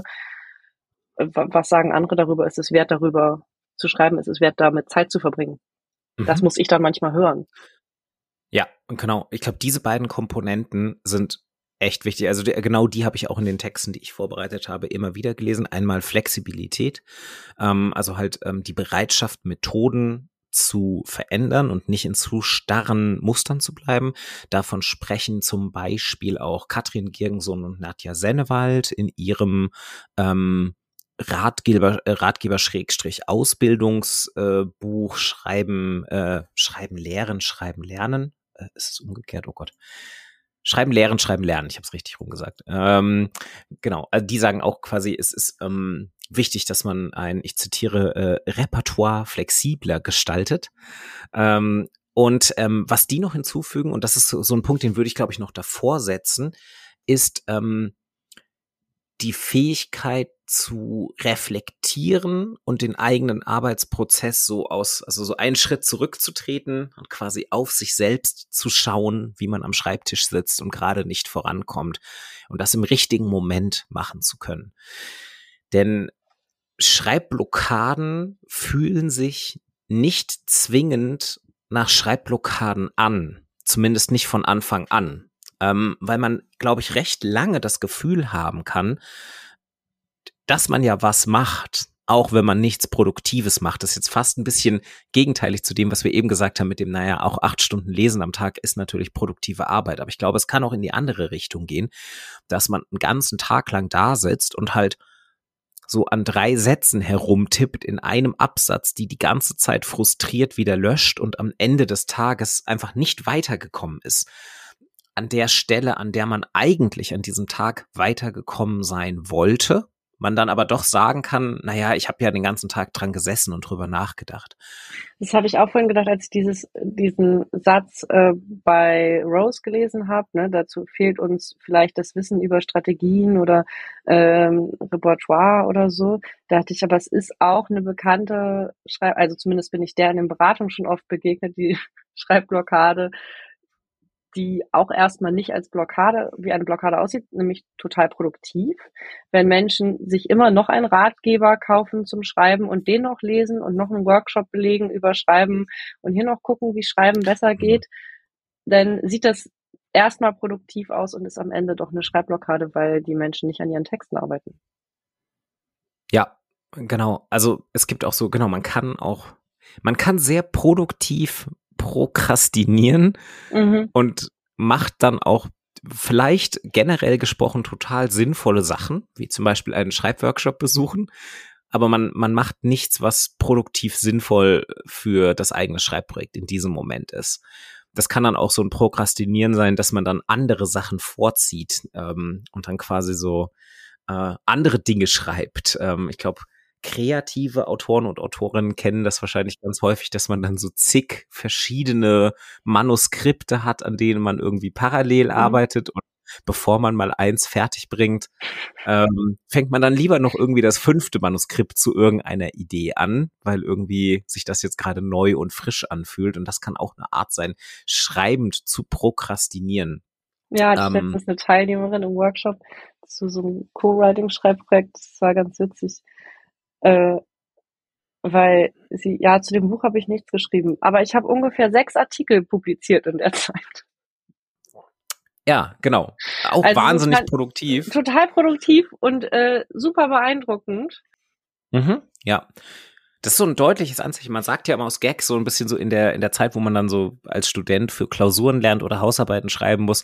Was sagen andere darüber? Ist es wert, darüber zu schreiben? Ist es wert, damit Zeit zu verbringen? Mhm. Das muss ich dann manchmal hören. Ja, und genau. Ich glaube, diese beiden Komponenten sind echt wichtig. Also die, genau die habe ich auch in den Texten, die ich vorbereitet habe, immer wieder gelesen. Einmal Flexibilität, ähm, also halt ähm, die Bereitschaft, Methoden zu verändern und nicht in zu starren Mustern zu bleiben. Davon sprechen zum Beispiel auch Katrin Girgensohn und Nadja Sennewald in ihrem ähm, Ratgeber, äh, Ratgeber Schrägstrich Ausbildungsbuch äh, Schreiben, äh, Schreiben lehren, Schreiben lernen. Äh, ist es umgekehrt? Oh Gott. Schreiben lehren, Schreiben lernen. Ich habe es richtig rumgesagt. Ähm, genau. Also die sagen auch quasi, es ist ähm, wichtig, dass man ein, ich zitiere, äh, Repertoire flexibler gestaltet. Ähm, und ähm, was die noch hinzufügen, und das ist so, so ein Punkt, den würde ich, glaube ich, noch davor setzen, ist ähm, die Fähigkeit zu reflektieren und den eigenen Arbeitsprozess so aus, also so einen Schritt zurückzutreten und quasi auf sich selbst zu schauen, wie man am Schreibtisch sitzt und gerade nicht vorankommt und das im richtigen Moment machen zu können. Denn Schreibblockaden fühlen sich nicht zwingend nach Schreibblockaden an, zumindest nicht von Anfang an. Ähm, weil man, glaube ich, recht lange das Gefühl haben kann, dass man ja was macht, auch wenn man nichts Produktives macht. Das ist jetzt fast ein bisschen gegenteilig zu dem, was wir eben gesagt haben mit dem, naja, auch acht Stunden Lesen am Tag ist natürlich produktive Arbeit. Aber ich glaube, es kann auch in die andere Richtung gehen, dass man einen ganzen Tag lang da sitzt und halt so an drei Sätzen herumtippt in einem Absatz, die die ganze Zeit frustriert wieder löscht und am Ende des Tages einfach nicht weitergekommen ist. An der Stelle, an der man eigentlich an diesem Tag weitergekommen sein wollte, man dann aber doch sagen kann, naja, ich habe ja den ganzen Tag dran gesessen und drüber nachgedacht. Das habe ich auch vorhin gedacht, als ich dieses, diesen Satz äh, bei Rose gelesen habe. Ne, dazu fehlt uns vielleicht das Wissen über Strategien oder ähm, Repertoire oder so. Da dachte ich, aber es ist auch eine bekannte Schreib, also zumindest bin ich der in den Beratungen schon oft begegnet, die Schreibblockade, die auch erstmal nicht als Blockade, wie eine Blockade aussieht, nämlich total produktiv. Wenn Menschen sich immer noch einen Ratgeber kaufen zum Schreiben und den noch lesen und noch einen Workshop belegen über Schreiben und hier noch gucken, wie Schreiben besser geht, dann sieht das erstmal produktiv aus und ist am Ende doch eine Schreibblockade, weil die Menschen nicht an ihren Texten arbeiten. Ja, genau. Also es gibt auch so, genau, man kann auch, man kann sehr produktiv prokrastinieren mhm. und macht dann auch vielleicht generell gesprochen total sinnvolle Sachen, wie zum Beispiel einen Schreibworkshop besuchen, aber man, man macht nichts, was produktiv sinnvoll für das eigene Schreibprojekt in diesem Moment ist. Das kann dann auch so ein Prokrastinieren sein, dass man dann andere Sachen vorzieht ähm, und dann quasi so äh, andere Dinge schreibt. Ähm, ich glaube, kreative Autoren und Autorinnen kennen das wahrscheinlich ganz häufig, dass man dann so zig verschiedene Manuskripte hat, an denen man irgendwie parallel mhm. arbeitet und bevor man mal eins fertig bringt, ähm, fängt man dann lieber noch irgendwie das fünfte Manuskript zu irgendeiner Idee an, weil irgendwie sich das jetzt gerade neu und frisch anfühlt und das kann auch eine Art sein, schreibend zu prokrastinieren. Ja, ich ähm, letztens eine Teilnehmerin im Workshop zu so einem Co-Writing-Schreibprojekt, das war ganz witzig. Äh, weil sie, ja, zu dem Buch habe ich nichts geschrieben, aber ich habe ungefähr sechs Artikel publiziert in der Zeit. Ja, genau. Auch also wahnsinnig total, produktiv. Total produktiv und äh, super beeindruckend. Mhm, ja. Das ist so ein deutliches Anzeichen. Man sagt ja immer aus Gags so ein bisschen so in der, in der Zeit, wo man dann so als Student für Klausuren lernt oder Hausarbeiten schreiben muss,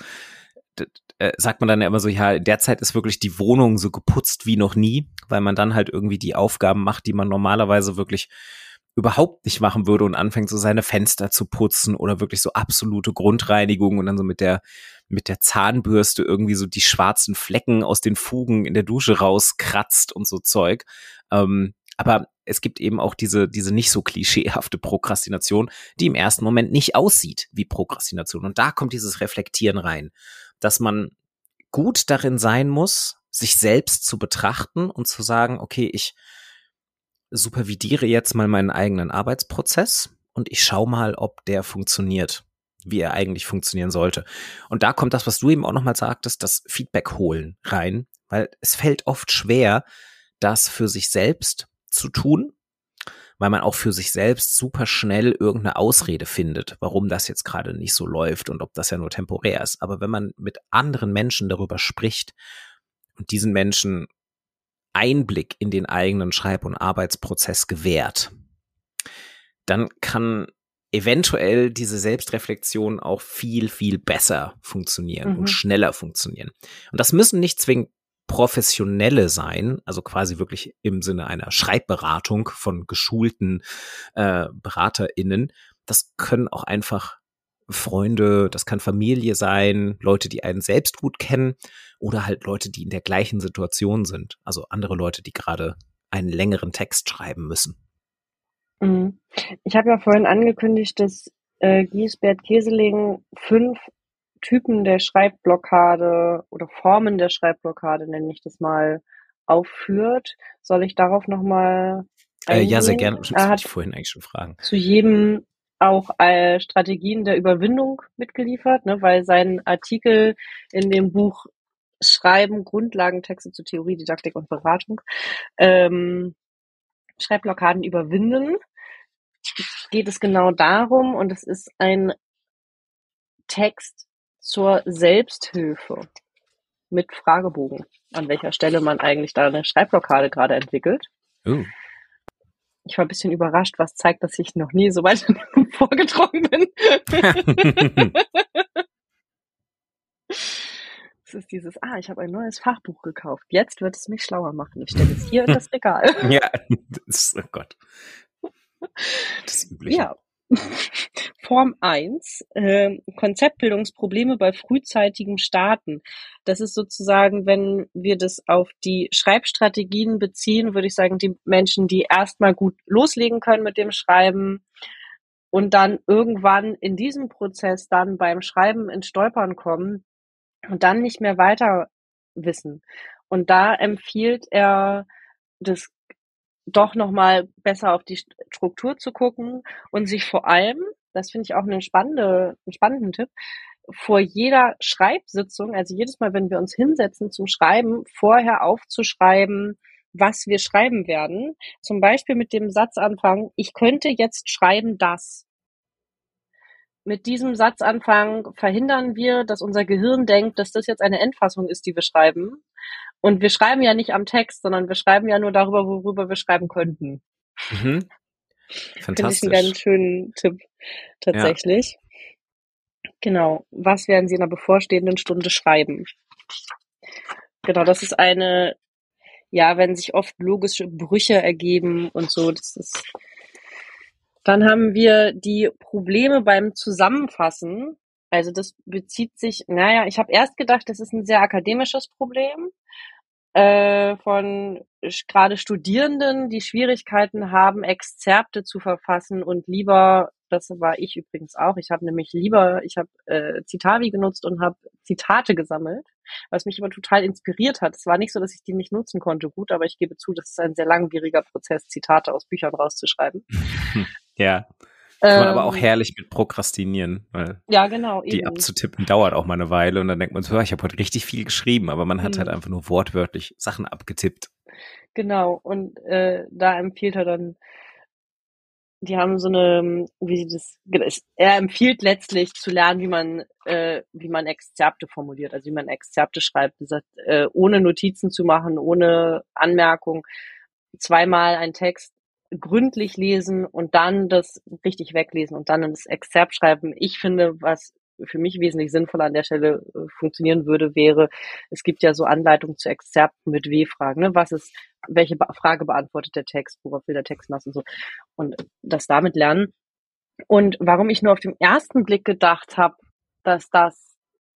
sagt man dann ja immer so, ja, in der Zeit ist wirklich die Wohnung so geputzt wie noch nie, weil man dann halt irgendwie die Aufgaben macht, die man normalerweise wirklich überhaupt nicht machen würde und anfängt so seine Fenster zu putzen oder wirklich so absolute Grundreinigung und dann so mit der mit der Zahnbürste irgendwie so die schwarzen Flecken aus den Fugen in der Dusche rauskratzt und so Zeug. Ähm, aber es gibt eben auch diese diese nicht so klischeehafte Prokrastination, die im ersten Moment nicht aussieht wie Prokrastination. Und da kommt dieses Reflektieren rein, dass man gut darin sein muss, sich selbst zu betrachten und zu sagen, okay, ich supervidiere jetzt mal meinen eigenen Arbeitsprozess und ich schaue mal, ob der funktioniert, wie er eigentlich funktionieren sollte. Und da kommt das, was du eben auch nochmal sagtest, das Feedback holen rein, weil es fällt oft schwer, das für sich selbst zu tun, weil man auch für sich selbst super schnell irgendeine Ausrede findet, warum das jetzt gerade nicht so läuft und ob das ja nur temporär ist. Aber wenn man mit anderen Menschen darüber spricht und diesen Menschen Einblick in den eigenen Schreib- und Arbeitsprozess gewährt, dann kann eventuell diese Selbstreflexion auch viel, viel besser funktionieren mhm. und schneller funktionieren. Und das müssen nicht zwingend Professionelle sein, also quasi wirklich im Sinne einer Schreibberatung von geschulten äh, BeraterInnen. Das können auch einfach Freunde, das kann Familie sein, Leute, die einen selbst gut kennen oder halt Leute, die in der gleichen Situation sind. Also andere Leute, die gerade einen längeren Text schreiben müssen. Ich habe ja vorhin angekündigt, dass äh, Giesbert Keseling fünf Typen der Schreibblockade oder Formen der Schreibblockade, nenne ich das mal, aufführt. Soll ich darauf nochmal Äh, eingehen? ja, sehr gerne. Das Er wollte hat ich vorhin eigentlich schon fragen. zu jedem auch äh, Strategien der Überwindung mitgeliefert, ne, weil sein Artikel in dem Buch Schreiben, Grundlagentexte zu Theorie, Didaktik und Beratung, ähm, Schreibblockaden überwinden, geht es genau darum, und es ist ein Text zur Selbsthilfe mit Fragebogen, an welcher Stelle man eigentlich da eine Schreibblockade gerade entwickelt. Uh. Ich war ein bisschen überrascht, was zeigt, dass ich noch nie so weit vorgedrungen bin. Es ist dieses, ah, ich habe ein neues Fachbuch gekauft. Jetzt wird es mich schlauer machen. Ich stelle es hier in das Regal. Ja, das, oh Gott. Das Übliche. Ja. Form eins, äh, Konzeptbildungsprobleme bei frühzeitigem Starten. Das ist sozusagen, wenn wir das auf die Schreibstrategien beziehen, würde ich sagen, die Menschen, die erstmal gut loslegen können mit dem Schreiben und dann irgendwann in diesem Prozess dann beim Schreiben ins Stolpern kommen und dann nicht mehr weiter wissen. Und da empfiehlt er, das doch nochmal besser auf die Struktur zu gucken und sich vor allem, das finde ich auch einen, spannende, einen spannenden Tipp, vor jeder Schreibsitzung, also jedes Mal, wenn wir uns hinsetzen zum Schreiben, vorher aufzuschreiben, was wir schreiben werden. Zum Beispiel mit dem Satzanfang, ich könnte jetzt schreiben das. Mit diesem Satzanfang verhindern wir, dass unser Gehirn denkt, dass das jetzt eine Endfassung ist, die wir schreiben. Und wir schreiben ja nicht am Text, sondern wir schreiben ja nur darüber, worüber wir schreiben könnten. Mhm. Fantastisch. Finde ich einen ganz schönen Tipp, tatsächlich. Ja. Genau. Was werden Sie in einer bevorstehenden Stunde schreiben? Genau, das ist eine, ja, wenn sich oft logische Brüche ergeben und so, das ist. Dann haben wir die Probleme beim Zusammenfassen. Also das bezieht sich, naja, ich habe erst gedacht, das ist ein sehr akademisches Problem äh, von gerade Studierenden, die Schwierigkeiten haben, Exzerpte zu verfassen und lieber, das war ich übrigens auch, ich habe nämlich lieber, ich habe äh, Citavi genutzt und habe Zitate gesammelt, was mich aber total inspiriert hat. Es war nicht so, dass ich die nicht nutzen konnte, gut, aber ich gebe zu, das ist ein sehr langwieriger Prozess, Zitate aus Büchern rauszuschreiben. Ja, kann man ähm, aber auch herrlich mit prokrastinieren, weil ja, genau, die eben. abzutippen dauert auch mal eine Weile und dann denkt man so, ich habe heute richtig viel geschrieben, aber man hat hm. halt einfach nur wortwörtlich Sachen abgetippt. Genau, und äh, da empfiehlt er dann, die haben so eine, wie sie das, er empfiehlt letztlich zu lernen, wie man, äh, wie man Exzerpte formuliert, also wie man Exzerpte schreibt, das heißt, äh, ohne Notizen zu machen, ohne Anmerkung, zweimal einen Text gründlich lesen und dann das richtig weglesen und dann das Exzerpt schreiben. Ich finde, was für mich wesentlich sinnvoller an der Stelle äh, funktionieren würde, wäre, es gibt ja so Anleitungen zu Exzerpten mit W-Fragen, ne? Was ist, welche Be- Frage beantwortet der Text, worauf will der Text hinaus und so. Und das damit lernen. Und warum ich nur auf den ersten Blick gedacht habe, dass das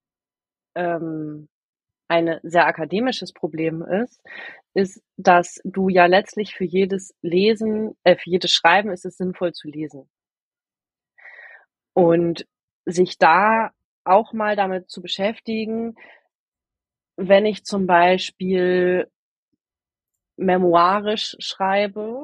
ähm, ein sehr akademisches Problem ist, ist, dass du ja letztlich für jedes Lesen, äh, für jedes Schreiben ist es sinnvoll zu lesen. Und sich da auch mal damit zu beschäftigen, wenn ich zum Beispiel memoirisch schreibe,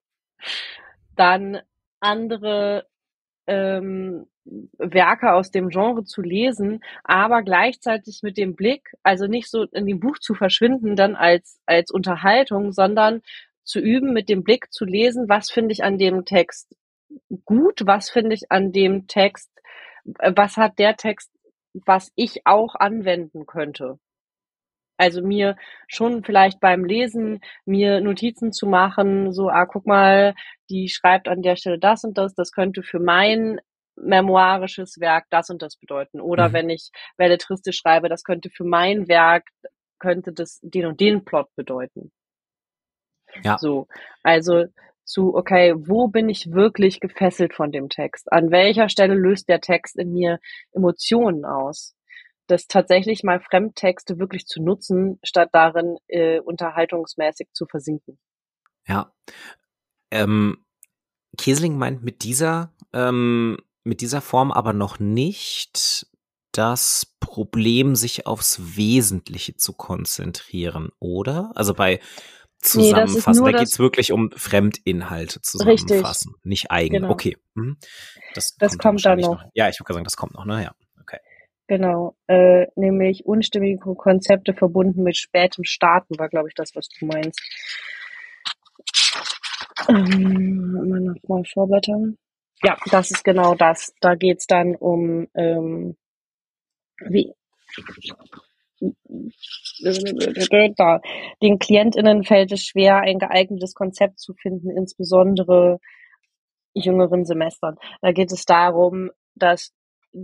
dann andere ähm, Werke aus dem Genre zu lesen, aber gleichzeitig mit dem Blick, also nicht so in dem Buch zu verschwinden dann als, als Unterhaltung, sondern zu üben, mit dem Blick zu lesen, was finde ich an dem Text gut, was finde ich an dem Text, was hat der Text, was ich auch anwenden könnte. Also mir schon vielleicht beim Lesen mir Notizen zu machen, so, ah, guck mal, die schreibt an der Stelle das und das, das könnte für mein memoirisches Werk das und das bedeuten. Oder mhm. wenn ich belletristisch schreibe, das könnte für mein Werk, könnte das den und den Plot bedeuten. Ja. So, also zu, okay, wo bin ich wirklich gefesselt von dem Text? An welcher Stelle löst der Text in mir Emotionen aus? Das tatsächlich mal Fremdtexte wirklich zu nutzen, statt darin äh, unterhaltungsmäßig zu versinken. Ja. Ähm, Kiesling meint mit dieser, ähm, mit dieser Form aber noch nicht, das Problem, sich aufs Wesentliche zu konzentrieren, oder? Also bei Nee, das ist Zusammenfassen, nur da das, geht's wirklich um Fremdinhalte richtig, zusammenfassen, nicht eigene. genau. Okay, mhm. Das Das kommt dann kommt dann wahrscheinlich noch. noch. Ja, ich würde sagen, das kommt noch, ne? Ja, okay. Genau, äh, nämlich unstimmige Konzepte verbunden mit spätem Starten war, glaube ich, das, was du meinst. Ähm, mal noch mal vorblättern. Ja, das ist genau das. Da geht's dann um ähm, wie da. Den KlientInnen fällt es schwer, ein geeignetes Konzept zu finden, insbesondere jüngeren Semestern. Da geht es darum, dass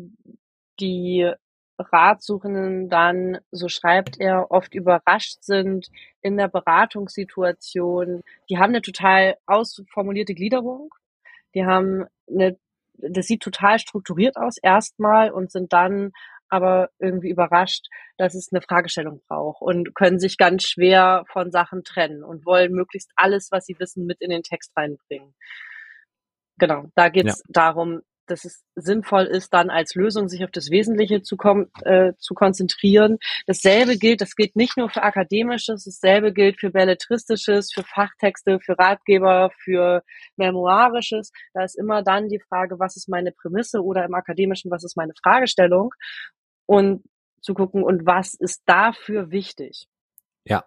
die Ratsuchenden dann, so schreibt er, oft überrascht sind in der Beratungssituation. Die haben eine total ausformulierte Gliederung. Die haben eine, das sieht total strukturiert aus erstmal und sind dann aber irgendwie überrascht, dass es eine Fragestellung braucht und können sich ganz schwer von Sachen trennen und wollen möglichst alles, was sie wissen, mit in den Text reinbringen. Genau, da Ja. geht's darum, dass es sinnvoll ist, dann als Lösung sich auf das Wesentliche zu, kom äh, zu konzentrieren. Dasselbe gilt, das gilt nicht nur für Akademisches, dasselbe gilt für Belletristisches, für Fachtexte, für Ratgeber, für Memoirisches. Da ist immer dann die Frage, was ist meine Prämisse, oder im Akademischen, was ist meine Fragestellung, und zu gucken, und was ist dafür wichtig. Ja,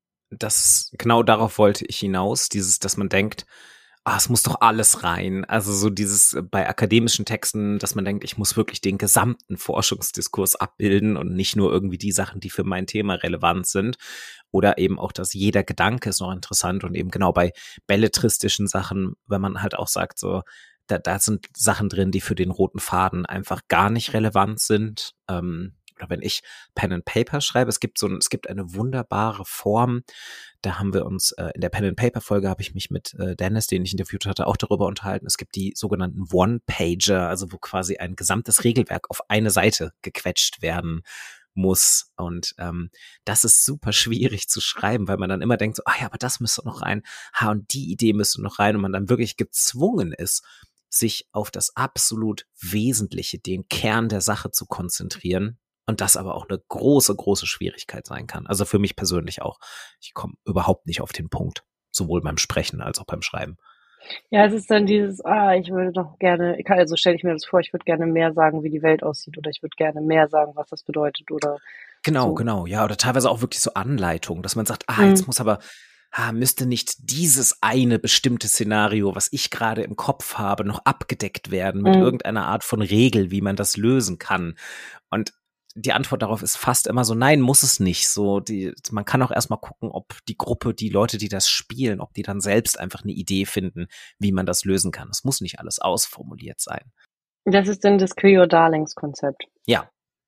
das, genau darauf wollte ich hinaus, dieses, dass man denkt, ah, es muss doch alles rein. Also so dieses äh, bei akademischen Texten, dass man denkt, ich muss wirklich den gesamten Forschungsdiskurs abbilden und nicht nur irgendwie die Sachen, die für mein Thema relevant sind. Oder eben auch, dass jeder Gedanke ist noch interessant, und eben genau bei belletristischen Sachen, wenn man halt auch sagt, so, da, da sind Sachen drin, die für den roten Faden einfach gar nicht relevant sind. Ähm, oder wenn ich Pen and Paper schreibe, es gibt so ein, es gibt eine wunderbare Form. Da haben wir uns äh, in der Pen and Paper Folge, habe ich mich mit äh, Dennis, den ich interviewt hatte, auch darüber unterhalten. Es gibt die sogenannten One-Pager, also wo quasi ein gesamtes Regelwerk auf eine Seite gequetscht werden muss. Und ähm, das ist super schwierig zu schreiben, weil man dann immer denkt so, ah ja, aber das müsste noch rein, ha, und die Idee müsste noch rein, und man dann wirklich gezwungen ist, sich auf das absolut Wesentliche, den Kern der Sache zu konzentrieren. Und das aber auch eine große, große Schwierigkeit sein kann. Also für mich persönlich auch. Ich komme überhaupt nicht auf den Punkt. Sowohl beim Sprechen als auch beim Schreiben. Ja, es ist dann dieses, ah, ich würde doch gerne, also stelle ich mir das vor, ich würde gerne mehr sagen, wie die Welt aussieht, oder ich würde gerne mehr sagen, was das bedeutet, oder Genau, so. genau. Ja, oder teilweise auch wirklich so Anleitungen, dass man sagt, ah, Mhm. jetzt muss aber, ah, müsste nicht dieses eine bestimmte Szenario, was ich gerade im Kopf habe, noch abgedeckt werden mit Mhm. irgendeiner Art von Regel, wie man das lösen kann. Und die Antwort darauf ist fast immer so, nein, muss es nicht. So, die, man kann auch erstmal gucken, ob die Gruppe, die Leute, die das spielen, ob die dann selbst einfach eine Idee finden, wie man das lösen kann. Es muss nicht alles ausformuliert sein. Das ist dann das Queer Darlings Konzept. Ja.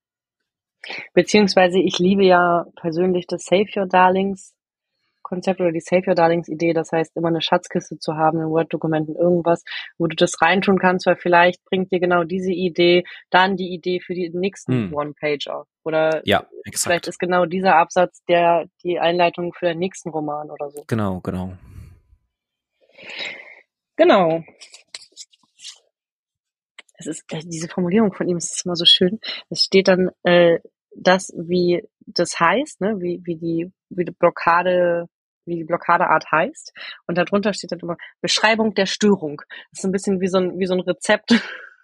Beziehungsweise ich liebe ja persönlich das Save Your Darlings Konzept oder die Save Your Darlings Idee. Das heißt, immer eine Schatzkiste zu haben, ein Word-Dokument, irgendwas, wo du das reintun kannst, weil vielleicht bringt dir genau diese Idee dann die Idee für den nächsten Hm. One-Pager. Oder Ja, vielleicht exakt. ist genau dieser Absatz der die Einleitung für den nächsten Roman oder so. Genau, genau. Genau. Es ist, äh, diese Formulierung von ihm ist immer so schön. Es steht dann, äh, das, wie das heißt, ne, wie, wie die, wie die Blockade, wie die Blockadeart heißt. Und darunter steht dann immer Beschreibung der Störung. Das ist ein bisschen wie so ein, wie so ein Rezept.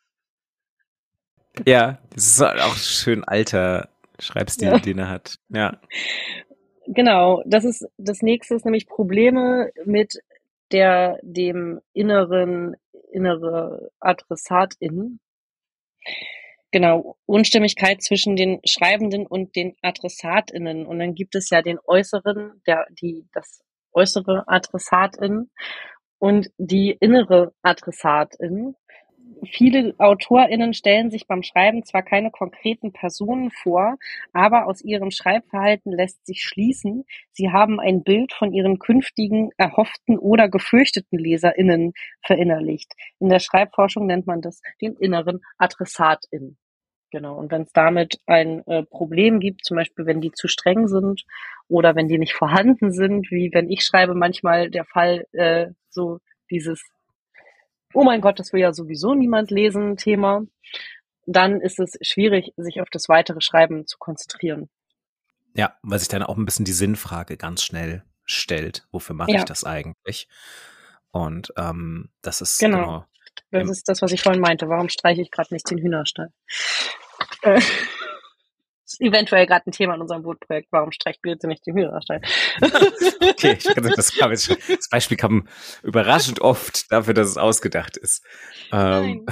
Ja, das ist auch schön alter Schreibstil, Ja. den er hat. Ja. Genau. Das ist, das nächste ist nämlich Probleme mit der, dem inneren, innere Adressatin. Genau, Unstimmigkeit zwischen den Schreibenden und den AdressatInnen. Und dann gibt es ja den äußeren, der, die, das äußere Adressatin und die innere Adressatin. Viele AutorInnen stellen sich beim Schreiben zwar keine konkreten Personen vor, aber aus ihrem Schreibverhalten lässt sich schließen, sie haben ein Bild von ihren künftigen, erhofften oder gefürchteten LeserInnen verinnerlicht. In der Schreibforschung nennt man das den inneren AdressatIn. Genau. Und wenn es damit ein äh, Problem gibt, zum Beispiel wenn die zu streng sind oder wenn die nicht vorhanden sind, wie wenn ich schreibe, manchmal der Fall, äh, so dieses, oh mein Gott, das will ja sowieso niemand lesen, Thema, dann ist es schwierig, sich auf das weitere Schreiben zu konzentrieren. Ja, weil sich dann auch ein bisschen die Sinnfrage ganz schnell stellt. Wofür mache Ja. ich das eigentlich? Und ähm, das ist Genau. genau. Das im- ist das, was ich vorhin meinte. Warum streiche ich gerade nicht den Hühnerstall? Äh, ist eventuell gerade ein Thema in unserem Bootprojekt. Warum streicht Birte nicht den Hühnerstall? Okay, ich kann sagen, das, kam jetzt schon, das Beispiel kam überraschend oft dafür, dass es ausgedacht ist. Ähm,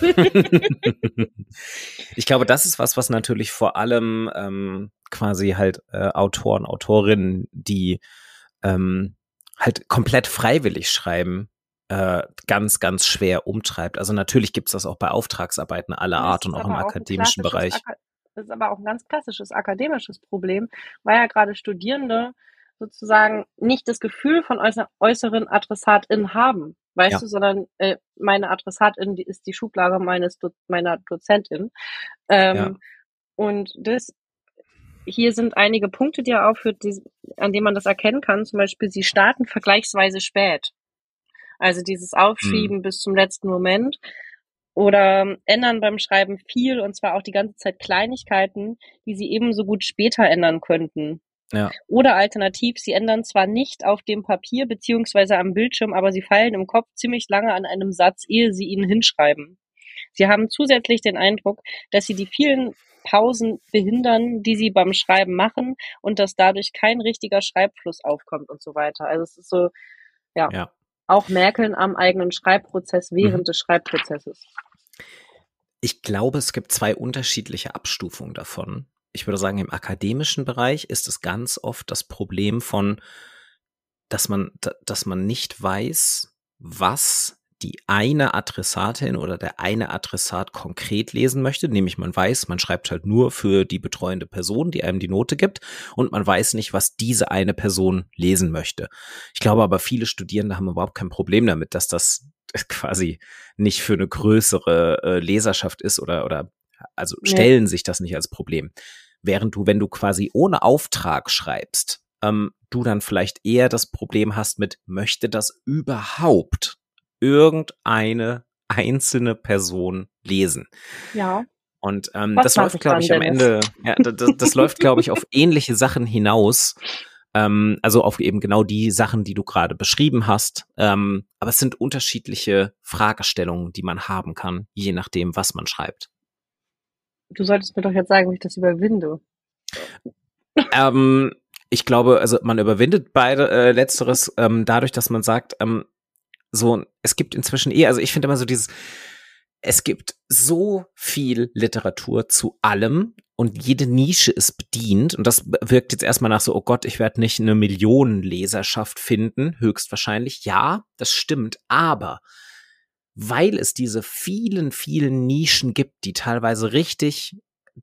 ich glaube, das ist was, was natürlich vor allem ähm, quasi halt äh, Autoren, Autorinnen, die ähm, halt komplett freiwillig schreiben, äh, ganz, ganz schwer umtreibt. Also natürlich gibt's das auch bei Auftragsarbeiten aller Das Art ist und auch aber im auch ein akademischen klassisches Bereich. Aka- Das ist aber auch ein ganz klassisches akademisches Problem, weil ja gerade Studierende sozusagen nicht das Gefühl von äußer äußeren AdressatInnen haben, weißt Ja. du, sondern äh, meine AdressatIn, die ist die Schublade meines Do meiner Dozentin. Ähm, Ja. Und das hier sind einige Punkte, die er aufführt, die, an denen man das erkennen kann. Zum Beispiel, sie starten vergleichsweise spät. Also dieses Aufschieben Mhm. bis zum letzten Moment. Oder ändern beim Schreiben viel, und zwar auch die ganze Zeit Kleinigkeiten, die sie ebenso gut später ändern könnten. Ja. Oder alternativ, sie ändern zwar nicht auf dem Papier beziehungsweise am Bildschirm, aber sie feilen im Kopf ziemlich lange an einem Satz, ehe sie ihn hinschreiben. Sie haben zusätzlich den Eindruck, dass sie die vielen Pausen behindern, die sie beim Schreiben machen, und dass dadurch kein richtiger Schreibfluss aufkommt und so weiter. Also es ist so, ja, Ja. auch Merkeln am eigenen Schreibprozess während Mhm. des Schreibprozesses. Ich glaube, es gibt zwei unterschiedliche Abstufungen davon. Ich würde sagen, im akademischen Bereich ist es ganz oft das Problem von, dass man, da- dass man nicht weiß, was die eine Adressatin oder der eine Adressat konkret lesen möchte. Nämlich man weiß, man schreibt halt nur für die betreuende Person, die einem die Note gibt, und man weiß nicht, was diese eine Person lesen möchte. Ich glaube aber, viele Studierende haben überhaupt kein Problem damit, dass das quasi nicht für eine größere äh, Leserschaft ist oder, oder also Nee. stellen sich das nicht als Problem. Während du, wenn du quasi ohne Auftrag schreibst, ähm, du dann vielleicht eher das Problem hast mit, möchte das überhaupt irgendeine einzelne Person lesen? Ja. Und ähm, Was das mach läuft, ich glaube dann, ich, am Dennis? Ende, ja, das, das läuft, glaube ich, auf ähnliche Sachen hinaus. Ähm, also auf eben genau die Sachen, die du gerade beschrieben hast. Ähm, aber es sind unterschiedliche Fragestellungen, die man haben kann, je nachdem, was man schreibt. Du solltest mir doch jetzt sagen, wie ich das überwinde. Ähm, ich glaube, also man überwindet beide äh, Letzteres ähm, dadurch, dass man sagt, ähm, so, es gibt inzwischen eh, also ich finde immer so dieses, es gibt so viel Literatur zu allem und jede Nische ist bedient, und das wirkt jetzt erstmal nach so, oh Gott, ich werde nicht eine Millionenleserschaft finden, höchstwahrscheinlich. Ja, das stimmt, aber weil es diese vielen, vielen Nischen gibt, die teilweise richtig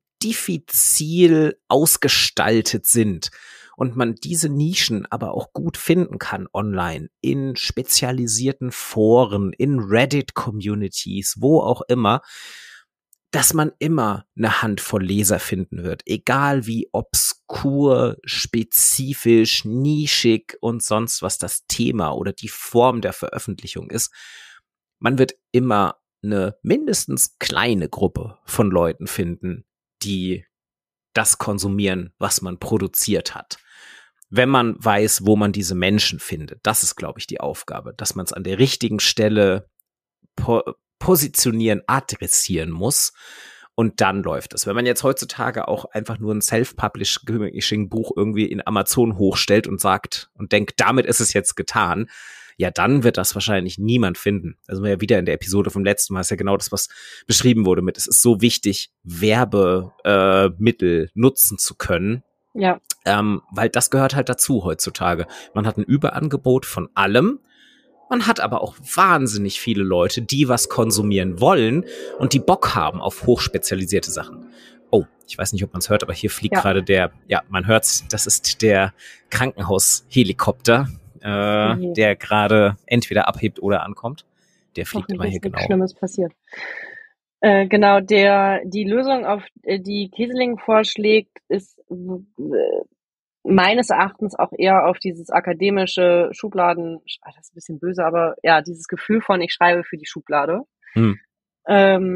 diffizil ausgestaltet sind und man diese Nischen aber auch gut finden kann online, in spezialisierten Foren, in Reddit-Communities, wo auch immer, dass man immer eine Handvoll Leser finden wird, egal wie obskur, spezifisch, nischig und sonst was das Thema oder die Form der Veröffentlichung ist. Man wird immer eine mindestens kleine Gruppe von Leuten finden, die das konsumieren, was man produziert hat. Wenn man weiß, wo man diese Menschen findet, das ist, glaube ich, die Aufgabe, dass man es an der richtigen Stelle po- positionieren, adressieren muss, und dann läuft es. Wenn man jetzt heutzutage auch einfach nur ein Self-Publishing-Buch irgendwie in Amazon hochstellt und sagt und denkt, damit ist es jetzt getan, ja, dann wird das wahrscheinlich niemand finden. Also ja wieder in der Episode vom letzten Mal ist ja genau das, was beschrieben wurde mit, es ist so wichtig, Werbemittel äh, nutzen zu können, Ja. ähm, weil das gehört halt dazu heutzutage. Man hat ein Überangebot von allem, man hat aber auch wahnsinnig viele Leute, die was konsumieren wollen und die Bock haben auf hochspezialisierte Sachen. Oh, ich weiß nicht, ob man es hört, aber hier fliegt Ja. gerade der, ja, man hört's, das ist der Krankenhaushelikopter, äh, Mhm. der gerade entweder abhebt oder ankommt. Der fliegt Hoffentlich immer hier ist nichts genau. Schlimmes passiert. Äh, genau, der, die Lösung, auf äh, die Kieseling vorschlägt, ist äh, meines Erachtens auch eher auf dieses akademische Schubladen, ah, das ist ein bisschen böse, aber ja, dieses Gefühl von, ich schreibe für die Schublade. Hm. Ähm,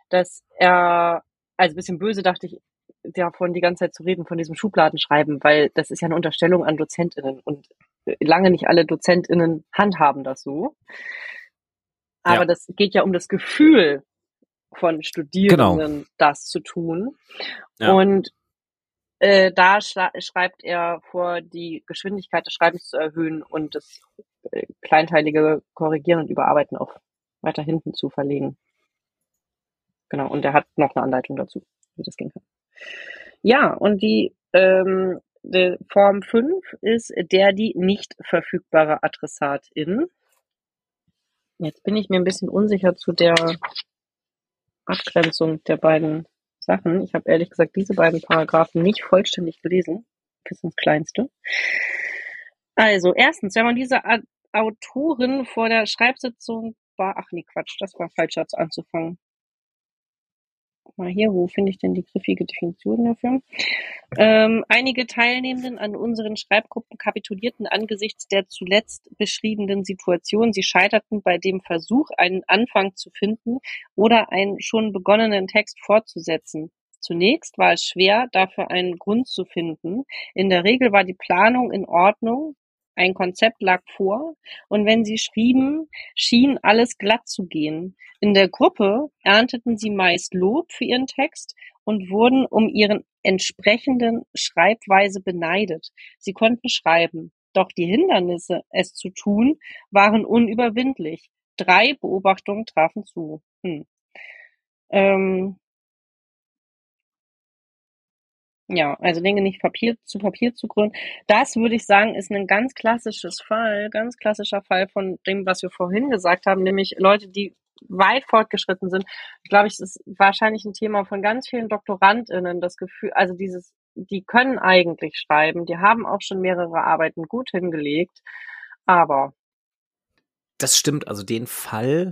dass er, also ein bisschen böse dachte ich, davon die ganze Zeit zu reden, von diesem Schubladenschreiben, weil das ist ja eine Unterstellung an DozentInnen und lange nicht alle DozentInnen handhaben das so. Aber Ja. das geht ja um das Gefühl von Studierenden, Genau. das zu tun. Ja. Und äh, da schla- schreibt er vor, die Geschwindigkeit des Schreibens zu erhöhen und das äh, kleinteilige Korrigieren und Überarbeiten auf weiter hinten zu verlegen. Genau, und er hat noch eine Anleitung dazu, wie das gehen kann. Ja, und die, ähm, die Form fünf ist der, die nicht verfügbare Adressatin. Jetzt bin ich mir ein bisschen unsicher zu der Abgrenzung der beiden Sachen. Ich habe ehrlich gesagt diese beiden Paragraphen nicht vollständig gelesen, bis ins Kleinste. Also, erstens, wenn man diese A- Autorin vor der Schreibsitzung war, ach nee, Quatsch, das war falsch jetzt anzufangen. Mal hier, wo finde ich denn die griffige Definition dafür? Ähm, einige Teilnehmenden an unseren Schreibgruppen kapitulierten angesichts der zuletzt beschriebenen Situation. Sie scheiterten bei dem Versuch, einen Anfang zu finden oder einen schon begonnenen Text fortzusetzen. Zunächst war es schwer, dafür einen Grund zu finden. In der Regel war die Planung in Ordnung, ein Konzept lag vor, und wenn sie schrieben, schien alles glatt zu gehen. In der Gruppe ernteten sie meist Lob für ihren Text und wurden um ihren entsprechenden Schreibweise beneidet. Sie konnten schreiben, doch die Hindernisse, es zu tun, waren unüberwindlich. Drei Beobachtungen trafen zu. Hm. Ähm, ja, also Dinge nicht Papier zu Papier zu gründen. Das würde ich sagen, ist ein ganz klassisches Fall, ganz klassischer Fall von dem, was wir vorhin gesagt haben, nämlich Leute, die weit fortgeschritten sind. Ich glaube, es ist wahrscheinlich ein Thema von ganz vielen DoktorandInnen, das Gefühl, also dieses, die können eigentlich schreiben, die haben auch schon mehrere Arbeiten gut hingelegt, aber. Das stimmt, also den Fall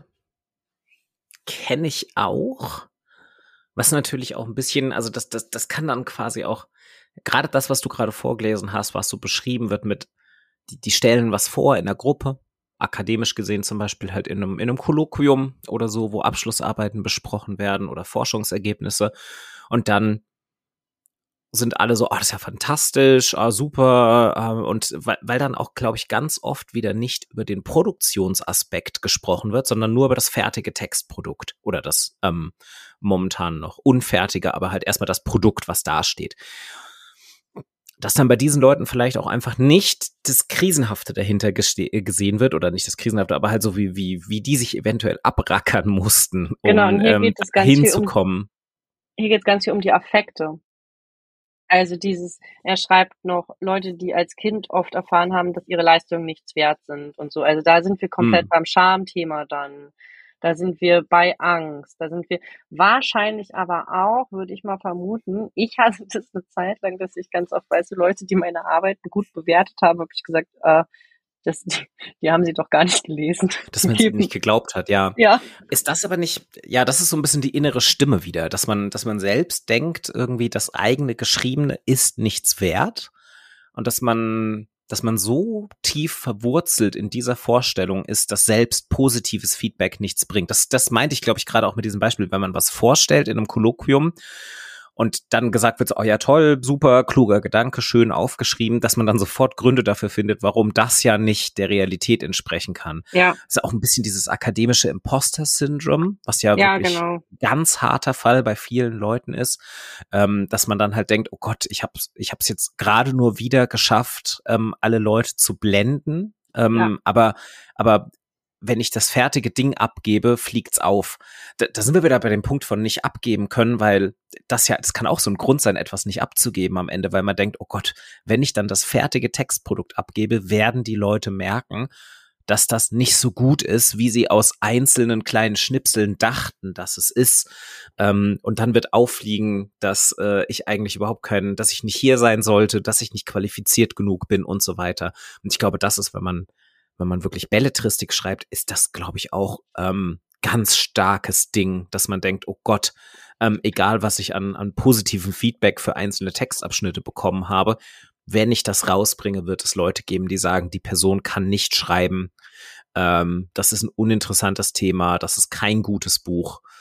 kenne ich auch. Was natürlich auch ein bisschen, also das, das, das kann dann quasi auch, gerade das, was du gerade vorgelesen hast, was so beschrieben wird mit, die, die stellen was vor in der Gruppe, akademisch gesehen zum Beispiel halt in einem, in einem Kolloquium oder so, wo Abschlussarbeiten besprochen werden oder Forschungsergebnisse, und dann sind alle so, ah, oh, das ist ja fantastisch, ah, super, äh, und weil, weil dann auch, glaube ich, ganz oft wieder nicht über den Produktionsaspekt gesprochen wird, sondern nur über das fertige Textprodukt oder das ähm, momentan noch unfertige, aber halt erstmal das Produkt, was da steht. Dass dann bei diesen Leuten vielleicht auch einfach nicht das Krisenhafte dahinter geste- gesehen wird oder nicht das Krisenhafte, aber halt so wie, wie, wie die sich eventuell abrackern mussten, um Genau, und hier ähm, geht es ganz viel um, hinzukommen. hier geht es ganz viel um die Affekte. Also dieses, er schreibt noch Leute, die als Kind oft erfahren haben, dass ihre Leistungen nichts wert sind und so. Also da sind wir komplett Hm. beim Schamthema dann. Da sind wir bei Angst. Da sind wir wahrscheinlich aber auch, würde ich mal vermuten, ich hatte das eine Zeit lang, dass ich ganz oft, weißt du, Leute, die meine Arbeiten gut bewertet haben, habe ich gesagt, äh, das, die, die haben sie doch gar nicht gelesen. Dass man es ihm nicht geglaubt hat, ja. Ja. Ist das aber nicht, ja, das ist so ein bisschen die innere Stimme wieder, dass man, dass man selbst denkt, irgendwie das eigene Geschriebene ist nichts wert und dass man, dass man so tief verwurzelt in dieser Vorstellung ist, dass selbst positives Feedback nichts bringt. Das, das meinte ich, glaube ich, gerade auch mit diesem Beispiel, wenn man was vorstellt in einem Kolloquium und dann gesagt wird, so, oh ja, toll, super, kluger Gedanke, schön aufgeschrieben, dass man dann sofort Gründe dafür findet, warum das ja nicht der Realität entsprechen kann. Ja. Das ist auch ein bisschen dieses akademische Imposter-Syndrom, was ja, Ja, wirklich genau. ganz harter Fall bei vielen Leuten ist, ähm, dass man dann halt denkt, oh Gott, ich hab's, ich hab's jetzt gerade nur wieder geschafft, ähm, alle Leute zu blenden, ähm, Ja. aber, aber wenn ich das fertige Ding abgebe, fliegt's auf. Da, da sind wir wieder bei dem Punkt von nicht abgeben können, weil das ja, das kann auch so ein Grund sein, etwas nicht abzugeben am Ende, weil man denkt, oh Gott, wenn ich dann das fertige Textprodukt abgebe, werden die Leute merken, dass das nicht so gut ist, wie sie aus einzelnen kleinen Schnipseln dachten, dass es ist. Ähm, und dann wird auffliegen, dass äh, ich eigentlich überhaupt keinen, dass ich nicht hier sein sollte, dass ich nicht qualifiziert genug bin und so weiter. Und ich glaube, das ist, wenn man wenn man wirklich Belletristik schreibt, ist das, glaube ich, auch ähm, ganz starkes Ding, dass man denkt, oh Gott, ähm, egal was ich an, an positiven Feedback für einzelne Textabschnitte bekommen habe, wenn ich das rausbringe, wird es Leute geben, die sagen, die Person kann nicht schreiben, ähm, das ist ein uninteressantes Thema, das ist kein gutes Buch.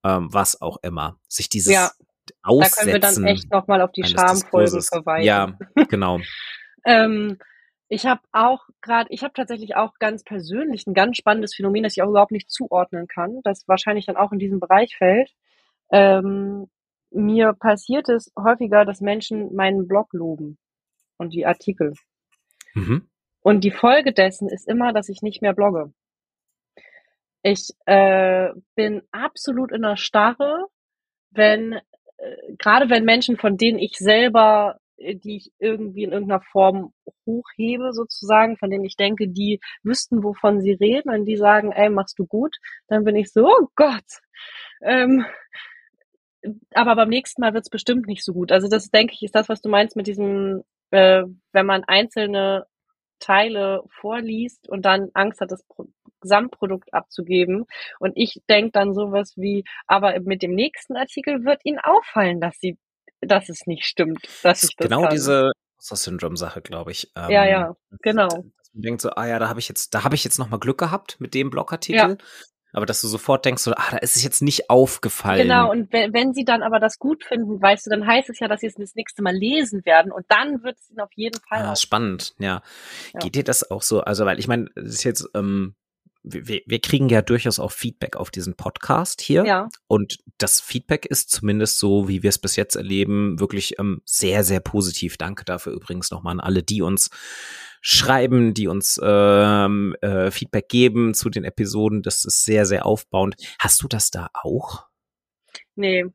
ähm, was auch immer. Sich dieses Ja, da können wir dann Aussetzen echt nochmal auf die eines Schamfolgen Diskurses. verweisen. Ja, genau. Ähm, ich habe auch gerade, ich habe tatsächlich auch ganz persönlich ein ganz spannendes Phänomen, das ich auch überhaupt nicht zuordnen kann, das wahrscheinlich dann auch in diesen Bereich fällt. Ähm, mir passiert es häufiger, dass Menschen meinen Blog loben und die Artikel. Mhm. Und die Folge dessen ist immer, dass ich nicht mehr blogge. Ich äh, bin absolut in der Starre, wenn äh, gerade wenn Menschen, von denen ich selber, äh, die ich irgendwie in irgendeiner Form hochhebe sozusagen, von denen ich denke, die wüssten, wovon sie reden, und die sagen, ey, machst du gut, dann bin ich so, oh Gott. Ähm, aber beim nächsten Mal wird's bestimmt nicht so gut. Also das, denke ich, ist das, was du meinst mit diesem, äh, wenn man einzelne Teile vorliest und dann Angst hat, das Pro Gesamtprodukt abzugeben. Und ich denke dann sowas wie, aber mit dem nächsten Artikel wird Ihnen auffallen, dass sie, dass es nicht stimmt, dass Das ich ist das genau kann. diese Imposter-Syndrom-Sache, glaube ich. Ja, Ähm, ja, genau. dass man denkt so, ah ja, da habe ich jetzt, da habe ich jetzt noch mal Glück gehabt mit dem Ja, Blogartikel. Aber dass du sofort denkst, so, ah, da ist es jetzt nicht genau. aufgefallen. Und wenn, wenn sie dann aber das gut finden, weißt du, dann heißt es ja, dass sie es das nächste Mal lesen werden. Und dann wird es ihnen auf jeden Fall Ah, auffallen. spannend, ja. Ja. Geht dir das auch so? Also, weil ich meine, es ist jetzt, ähm, wir, wir kriegen ja durchaus auch Feedback auf diesen Podcast hier. Ja, Und das Feedback ist zumindest so, wie wir es bis jetzt erleben, wirklich ähm, sehr, sehr positiv. Danke dafür übrigens nochmal an alle, die uns schreiben, die uns ähm, äh, Feedback geben zu den Episoden. Das ist sehr, sehr aufbauend. Hast du das da auch? nee.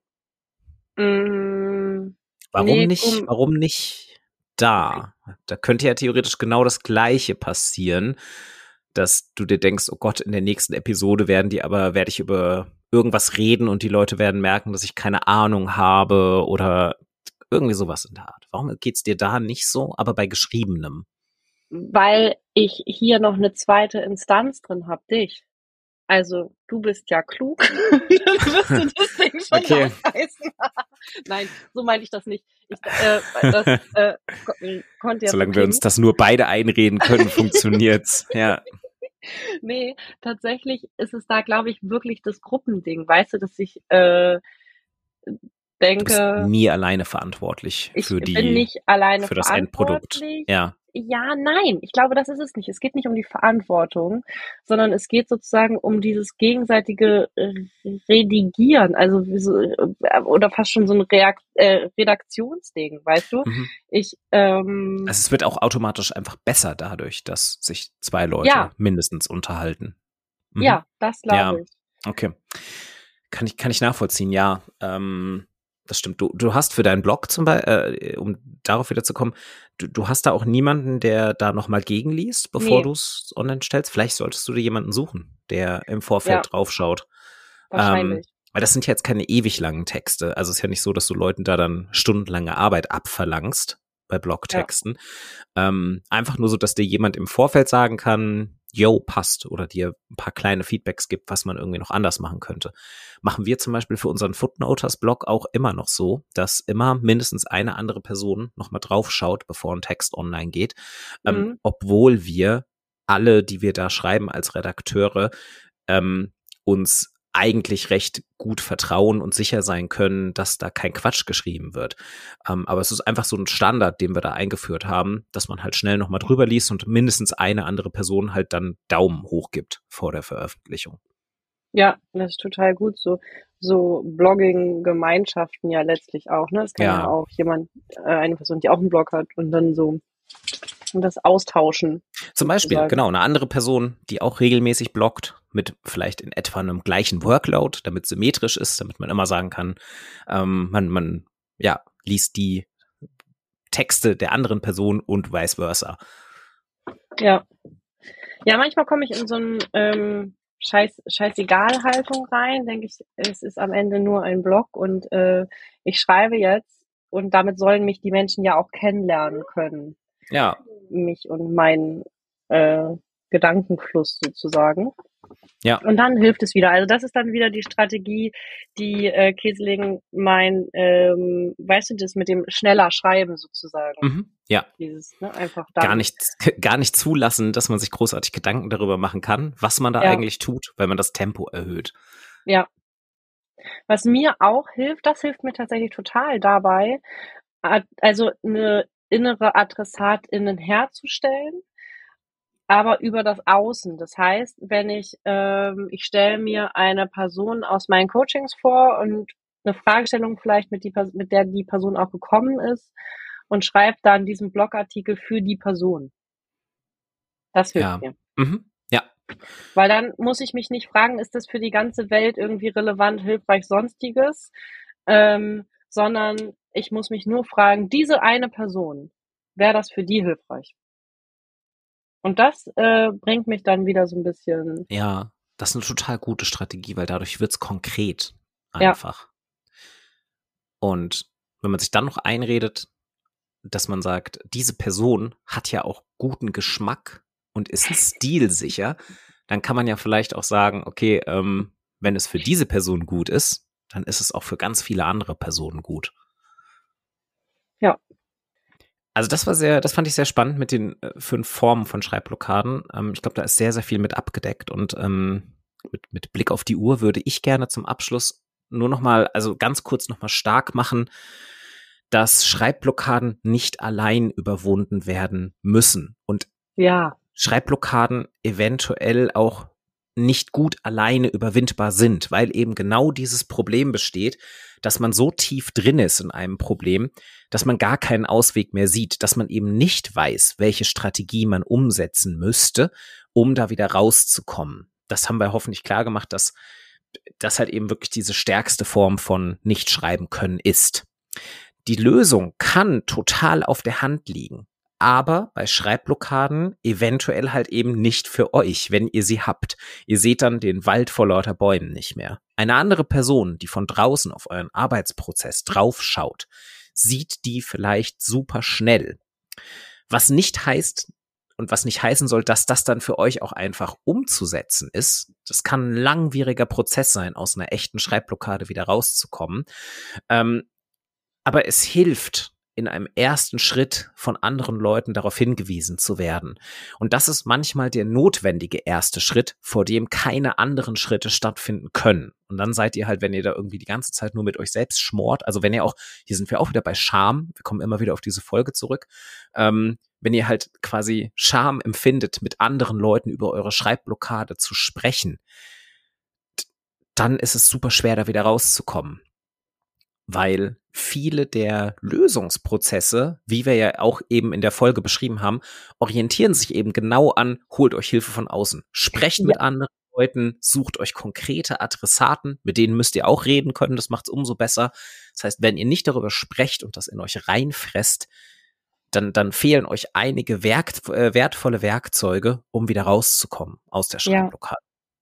Mm, Warum nee, nicht, um, warum nicht da? Da könnte ja theoretisch genau das Gleiche passieren, dass du dir denkst, oh Gott, in der nächsten Episode werden die aber, werde ich über irgendwas reden und die Leute werden merken, dass ich keine Ahnung habe oder irgendwie sowas in der Art. Warum geht's dir da nicht so, aber bei Geschriebenem? weil ich hier noch eine zweite Instanz drin habe, dich. Also, du bist ja klug. Dann wirst du das Ding schon Okay. rausreißen. Nein, so meinte ich das nicht. Ich, äh, das äh, ko konnte ja so Solange wir uns klingen. das nur beide einreden können, funktioniert's. Ja. Nee, tatsächlich ist es da, glaube ich, wirklich das Gruppending. Weißt du, dass ich äh, Du bist denke, nie alleine verantwortlich ich für bin die, nicht alleine für das Endprodukt. verantwortlich. Ja. Ja, nein, ich glaube, das ist es nicht. Es geht nicht um die Verantwortung, sondern es geht sozusagen um dieses gegenseitige äh, Redigieren, also wie so, äh, oder fast schon so ein Reakt äh, Redaktionsding, weißt du? Mhm. Ich, ähm, Also es wird auch automatisch einfach besser dadurch, dass sich zwei Leute ja, mindestens unterhalten. Mhm. ja, das Ja, glaube ich. okay. Kann ich, kann ich nachvollziehen, ja. Ähm, das stimmt. Du, du hast für deinen Blog zum Beispiel, äh, um darauf wieder zu kommen, du, du hast da auch niemanden, der da nochmal gegenliest, bevor Nee, du es online stellst. Vielleicht solltest du dir jemanden suchen, der im Vorfeld ja, draufschaut. Ähm, wahrscheinlich. weil das sind ja jetzt keine ewig langen Texte. Also es ist ja nicht so, dass du Leuten da dann stundenlange Arbeit abverlangst bei Ja, Blogtexten. Ähm, einfach nur so, dass dir jemand im Vorfeld sagen kann, yo, passt, oder dir ein paar kleine Feedbacks gibt, was man irgendwie noch anders machen könnte. Machen wir zum Beispiel für unseren Footnoters-Blog auch immer noch so, dass immer mindestens eine andere Person nochmal drauf schaut, bevor ein Text online geht, ähm, mhm. obwohl wir alle, die wir da schreiben als Redakteure, ähm, uns eigentlich recht gut vertrauen und sicher sein können, dass da kein Quatsch geschrieben wird. Ähm, aber es ist einfach so ein Standard, den wir da eingeführt haben, dass man halt schnell nochmal drüber liest und mindestens eine andere Person halt dann Daumen hoch gibt vor der Veröffentlichung. Ja, das ist total gut. So, so Blogging-Gemeinschaften ja letztlich auch, ne? Es kann ja Ja, auch jemand, äh, eine Person, die auch einen Blog hat und dann so und das austauschen zum Beispiel, sozusagen. genau, eine andere Person, die auch regelmäßig bloggt, mit vielleicht in etwa einem gleichen Workload, damit symmetrisch ist, damit man immer sagen kann, ähm, man, man, ja, liest die Texte der anderen Person und vice versa. Ja. Ja, manchmal komme ich in so ein ähm, Scheiß, Scheißegal-Haltung rein, denke ich, es ist am Ende nur ein Blog und äh, ich schreibe jetzt und damit sollen mich die Menschen ja auch kennenlernen können, Ja, mich und meinen äh, Gedankenfluss sozusagen. ja. Und dann hilft es wieder. Also das ist dann wieder die Strategie, die äh, Kiesling mein, ähm, weißt du, das mit dem schneller Schreiben sozusagen. Mhm. Ja. Dieses, ne, einfach dann. Gar nicht, gar nicht zulassen, dass man sich großartig Gedanken darüber machen kann, was man da Ja. eigentlich tut, weil man das Tempo erhöht. Ja. Was mir auch hilft, das hilft mir tatsächlich total dabei, ad also 'ne innere AdressatInnen herzustellen, aber über das Außen. Das heißt, wenn ich ähm, ich stelle mir eine Person aus meinen Coachings vor und 'ne Fragestellung vielleicht, mit die Pers mit der die Person auch gekommen ist und schreibe dann diesen Blogartikel für die Person. Das hilft Ja. mir. Mhm. Ja. Weil dann muss ich mich nicht fragen, ist das für die ganze Welt irgendwie relevant, hilfreich, Sonstiges, ähm, sondern ich muss mich nur fragen, diese eine Person, wäre das für die hilfreich? Und das, äh, bringt mich dann wieder so 'n bisschen Ja, das ist 'ne total gute Strategie, weil dadurch wird's konkret Ja. einfach. Und wenn man sich dann noch einredet, dass man sagt, diese Person hat ja auch guten Geschmack und ist stilsicher, dann kann man ja vielleicht auch sagen, okay, ähm, wenn es für diese Person gut ist, dann ist es auch für ganz viele andere Personen gut. Ja. Also das war sehr das fand ich sehr spannend mit den, äh, fünf Formen von Schreibblockaden. Ähm, ich glaube, da ist sehr, sehr viel mit abgedeckt und, ähm, mit mit Blick auf die Uhr würde ich gerne zum Abschluss nur noch mal also ganz kurz noch mal stark machen, dass Schreibblockaden nicht allein überwunden werden müssen und Ja. Schreibblockaden eventuell auch nicht gut alleine überwindbar sind, weil eben genau dieses Problem besteht, dass man so tief drin ist in einem Problem, dass man gar keinen Ausweg mehr sieht, dass man eben nicht weiß, welche Strategie man umsetzen müsste, um da wieder rauszukommen. Das haben wir hoffentlich klar gemacht, dass das halt eben wirklich diese stärkste Form von nicht schreiben können ist. Die Lösung kann total auf der Hand liegen, aber bei Schreibblockaden eventuell halt eben nicht für euch, wenn ihr sie habt. Ihr seht dann den Wald vor lauter Bäumen nicht mehr. Eine andere Person, die von draußen auf euren Arbeitsprozess draufschaut, sieht die vielleicht super schnell. Was nicht heißt und was nicht heißen soll, dass das dann für euch auch einfach umzusetzen ist. Das kann ein langwieriger Prozess sein, aus einer echten Schreibblockade wieder rauszukommen. Ähm, aber es hilft, in einem ersten Schritt von anderen Leuten darauf hingewiesen zu werden. Und das ist manchmal der notwendige erste Schritt, vor dem keine anderen Schritte stattfinden können. Und dann seid ihr halt, wenn ihr da irgendwie die ganze Zeit nur mit euch selbst schmort, also wenn ihr auch, hier sind wir auch wieder bei Scham, wir kommen immer wieder auf diese Folge zurück, ähm, wenn ihr halt quasi Scham empfindet, mit anderen Leuten über eure Schreibblockade zu sprechen, dann ist es super schwer, da wieder rauszukommen. Weil viele der Lösungsprozesse, wie wir ja auch eben in der Folge beschrieben haben, orientieren sich eben genau an, holt euch Hilfe von außen. Sprecht Ja. mit anderen Leuten, sucht euch konkrete Adressaten, mit denen müsst ihr auch reden können, das macht's umso besser. Das heißt, wenn ihr nicht darüber sprecht und das in euch reinfresst, dann, dann fehlen euch einige Werk, äh, wertvolle Werkzeuge, um wieder rauszukommen aus der Schreibblockade.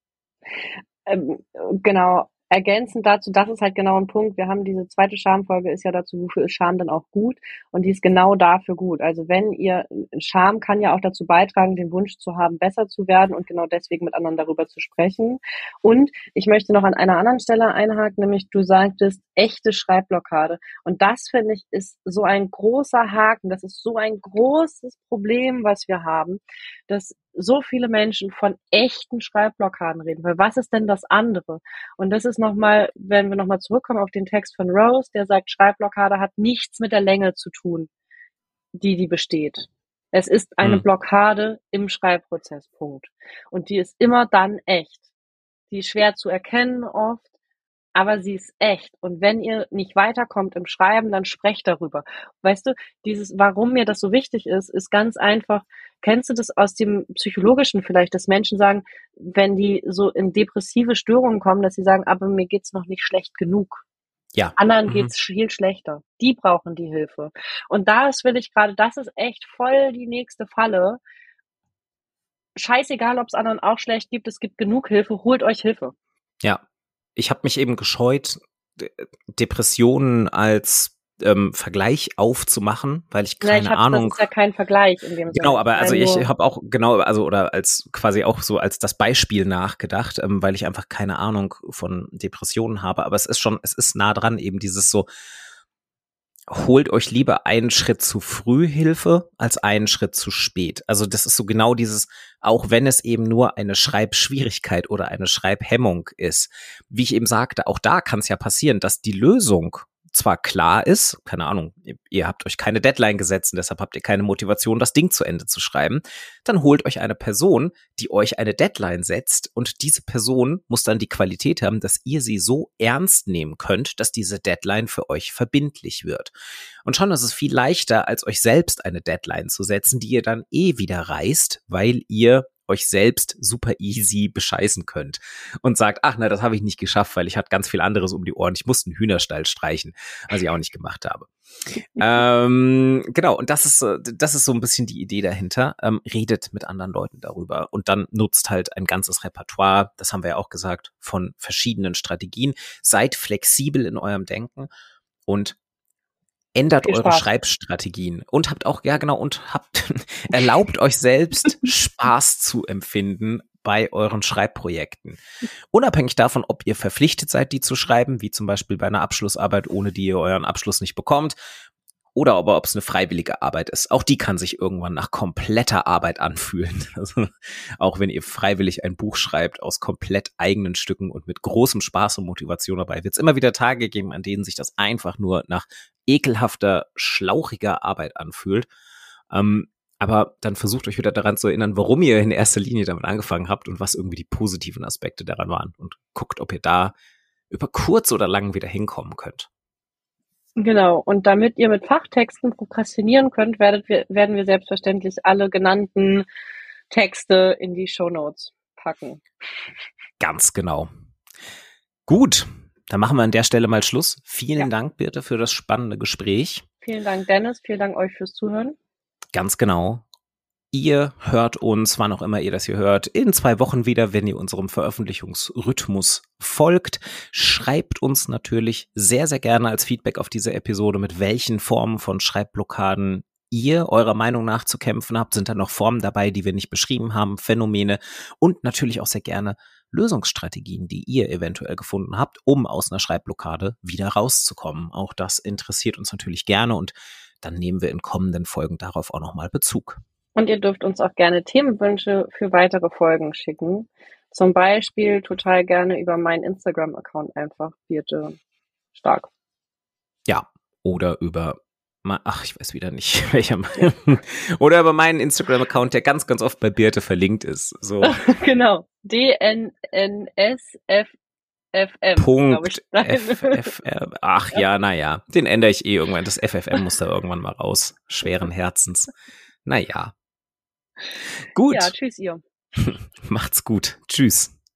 Ja. Ähm, genau. Ergänzend dazu, das ist halt genau ein Punkt. Wir haben diese zweite Schamfolge ist ja dazu, wofür ist Scham denn auch gut? Und die ist genau dafür gut. Also wenn ihr Scham kann ja auch dazu beitragen, den Wunsch zu haben, besser zu werden und genau deswegen mit anderen darüber zu sprechen. Und ich möchte noch an einer anderen Stelle einhaken, nämlich du sagtest, echte Schreibblockade. Und das, finde ich, ist so ein großer Haken. Das ist so ein großes Problem, was wir haben, dass so viele Menschen von echten Schreibblockaden reden. Weil was ist denn das andere? Und das ist nochmal, wenn wir nochmal zurückkommen auf den Text von Rose, der sagt, Schreibblockade hat nichts mit der Länge zu tun, die die besteht. Es ist eine Hm. Blockade im Schreibprozess, Punkt. Und die ist immer dann echt. Die ist schwer zu erkennen oft, aber sie ist echt. Und wenn ihr nicht weiterkommt im Schreiben, dann sprecht darüber. Weißt du, dieses, warum mir das so wichtig ist, ist ganz einfach. Kennst du das aus dem Psychologischen vielleicht, dass Menschen sagen, wenn die so in depressive Störungen kommen, dass sie sagen, aber mir geht's noch nicht schlecht genug. Ja. Anderen Mhm. geht's viel schlechter. Die brauchen die Hilfe. Und das will ich gerade, das ist echt voll die nächste Falle. Scheißegal, ob es anderen auch schlecht gibt, es gibt genug Hilfe, holt euch Hilfe. Ja. Ich habe mich eben gescheut, Depressionen als ähm, Vergleich aufzumachen, weil ich keine ja, ich hab, Ahnung. Das ist ja kein Vergleich in dem Sinne. Genau, aber also Nein, ich habe auch genau, also oder als quasi auch so als das Beispiel nachgedacht, ähm, weil ich einfach keine Ahnung von Depressionen habe. Aber es ist schon, es ist nah dran eben dieses so. holt euch lieber einen Schritt zu früh Hilfe als einen Schritt zu spät. Also das ist so genau dieses, auch wenn es eben nur eine Schreibschwierigkeit oder eine Schreibhemmung ist. Wie ich eben sagte, auch da kann es ja passieren, dass die Lösung zwar klar ist, keine Ahnung, ihr habt euch keine Deadline gesetzt und deshalb habt ihr keine Motivation, das Ding zu Ende zu schreiben, dann holt euch eine Person, die euch eine Deadline setzt und diese Person muss dann die Qualität haben, dass ihr sie so ernst nehmen könnt, dass diese Deadline für euch verbindlich wird. Und schon ist es viel leichter, als euch selbst eine Deadline zu setzen, die ihr dann eh wieder reißt, weil ihr euch selbst super easy bescheißen könnt und sagt, ach na, das habe ich nicht geschafft, weil ich hatte ganz viel anderes um die Ohren. Ich musste einen Hühnerstall streichen, was ich auch nicht gemacht habe. ähm, genau, und das ist, das ist so ein bisschen die Idee dahinter. Ähm, redet mit anderen Leuten darüber und dann nutzt halt ein ganzes Repertoire, das haben wir ja auch gesagt, von verschiedenen Strategien. Seid flexibel in eurem Denken und ändert Viel eure Spaß. Schreibstrategien und habt auch, ja genau, und habt, erlaubt euch selbst Spaß zu empfinden bei euren Schreibprojekten. Unabhängig davon, ob ihr verpflichtet seid, die zu schreiben, wie zum Beispiel bei einer Abschlussarbeit, ohne die ihr euren Abschluss nicht bekommt, oder aber ob es eine freiwillige Arbeit ist. Auch die kann sich irgendwann nach kompletter Arbeit anfühlen. Also auch wenn ihr freiwillig ein Buch schreibt aus komplett eigenen Stücken und mit großem Spaß und Motivation dabei, wird es immer wieder Tage geben, an denen sich das einfach nur nach ekelhafter, schlauchiger Arbeit anfühlt. Ähm, aber dann versucht euch wieder daran zu erinnern, warum ihr in erster Linie damit angefangen habt und was irgendwie die positiven Aspekte daran waren. Und guckt, ob ihr da über kurz oder lang wieder hinkommen könnt. Genau, und damit ihr mit Fachtexten prokrastinieren könnt, werdet wir, werden wir selbstverständlich alle genannten Texte in die Shownotes packen. Ganz genau. Gut, dann machen wir an der Stelle mal Schluss. Vielen Ja. Dank, Birte, für das spannende Gespräch. Vielen Dank, Dennis. Vielen Dank euch fürs Zuhören. Ganz genau. Ihr hört uns, wann auch immer ihr das hier hört, in zwei Wochen wieder, wenn ihr unserem Veröffentlichungsrhythmus folgt. Schreibt uns natürlich sehr, sehr gerne als Feedback auf diese Episode, mit welchen Formen von Schreibblockaden ihr eurer Meinung nach zu kämpfen habt. Sind da noch Formen dabei, die wir nicht beschrieben haben, Phänomene und natürlich auch sehr gerne Lösungsstrategien, die ihr eventuell gefunden habt, um aus einer Schreibblockade wieder rauszukommen. Auch das interessiert uns natürlich gerne und dann nehmen wir in kommenden Folgen darauf auch nochmal Bezug. Und ihr dürft uns auch gerne Themenwünsche für weitere Folgen schicken. Zum Beispiel total gerne über meinen Instagram-Account einfach, Birte Stark. Ja, oder über, ach, ich weiß wieder nicht, welcher, oder über meinen Instagram-Account, der ganz, ganz oft bei Birte verlinkt ist. So. Genau, D N N S F F M. Punkt F F M. Ach ja, naja, den ändere ich eh irgendwann. Das F F M muss da irgendwann mal raus. Schweren Herzens. Naja. Gut. Ja, tschüss ihr. Macht's gut. Tschüss.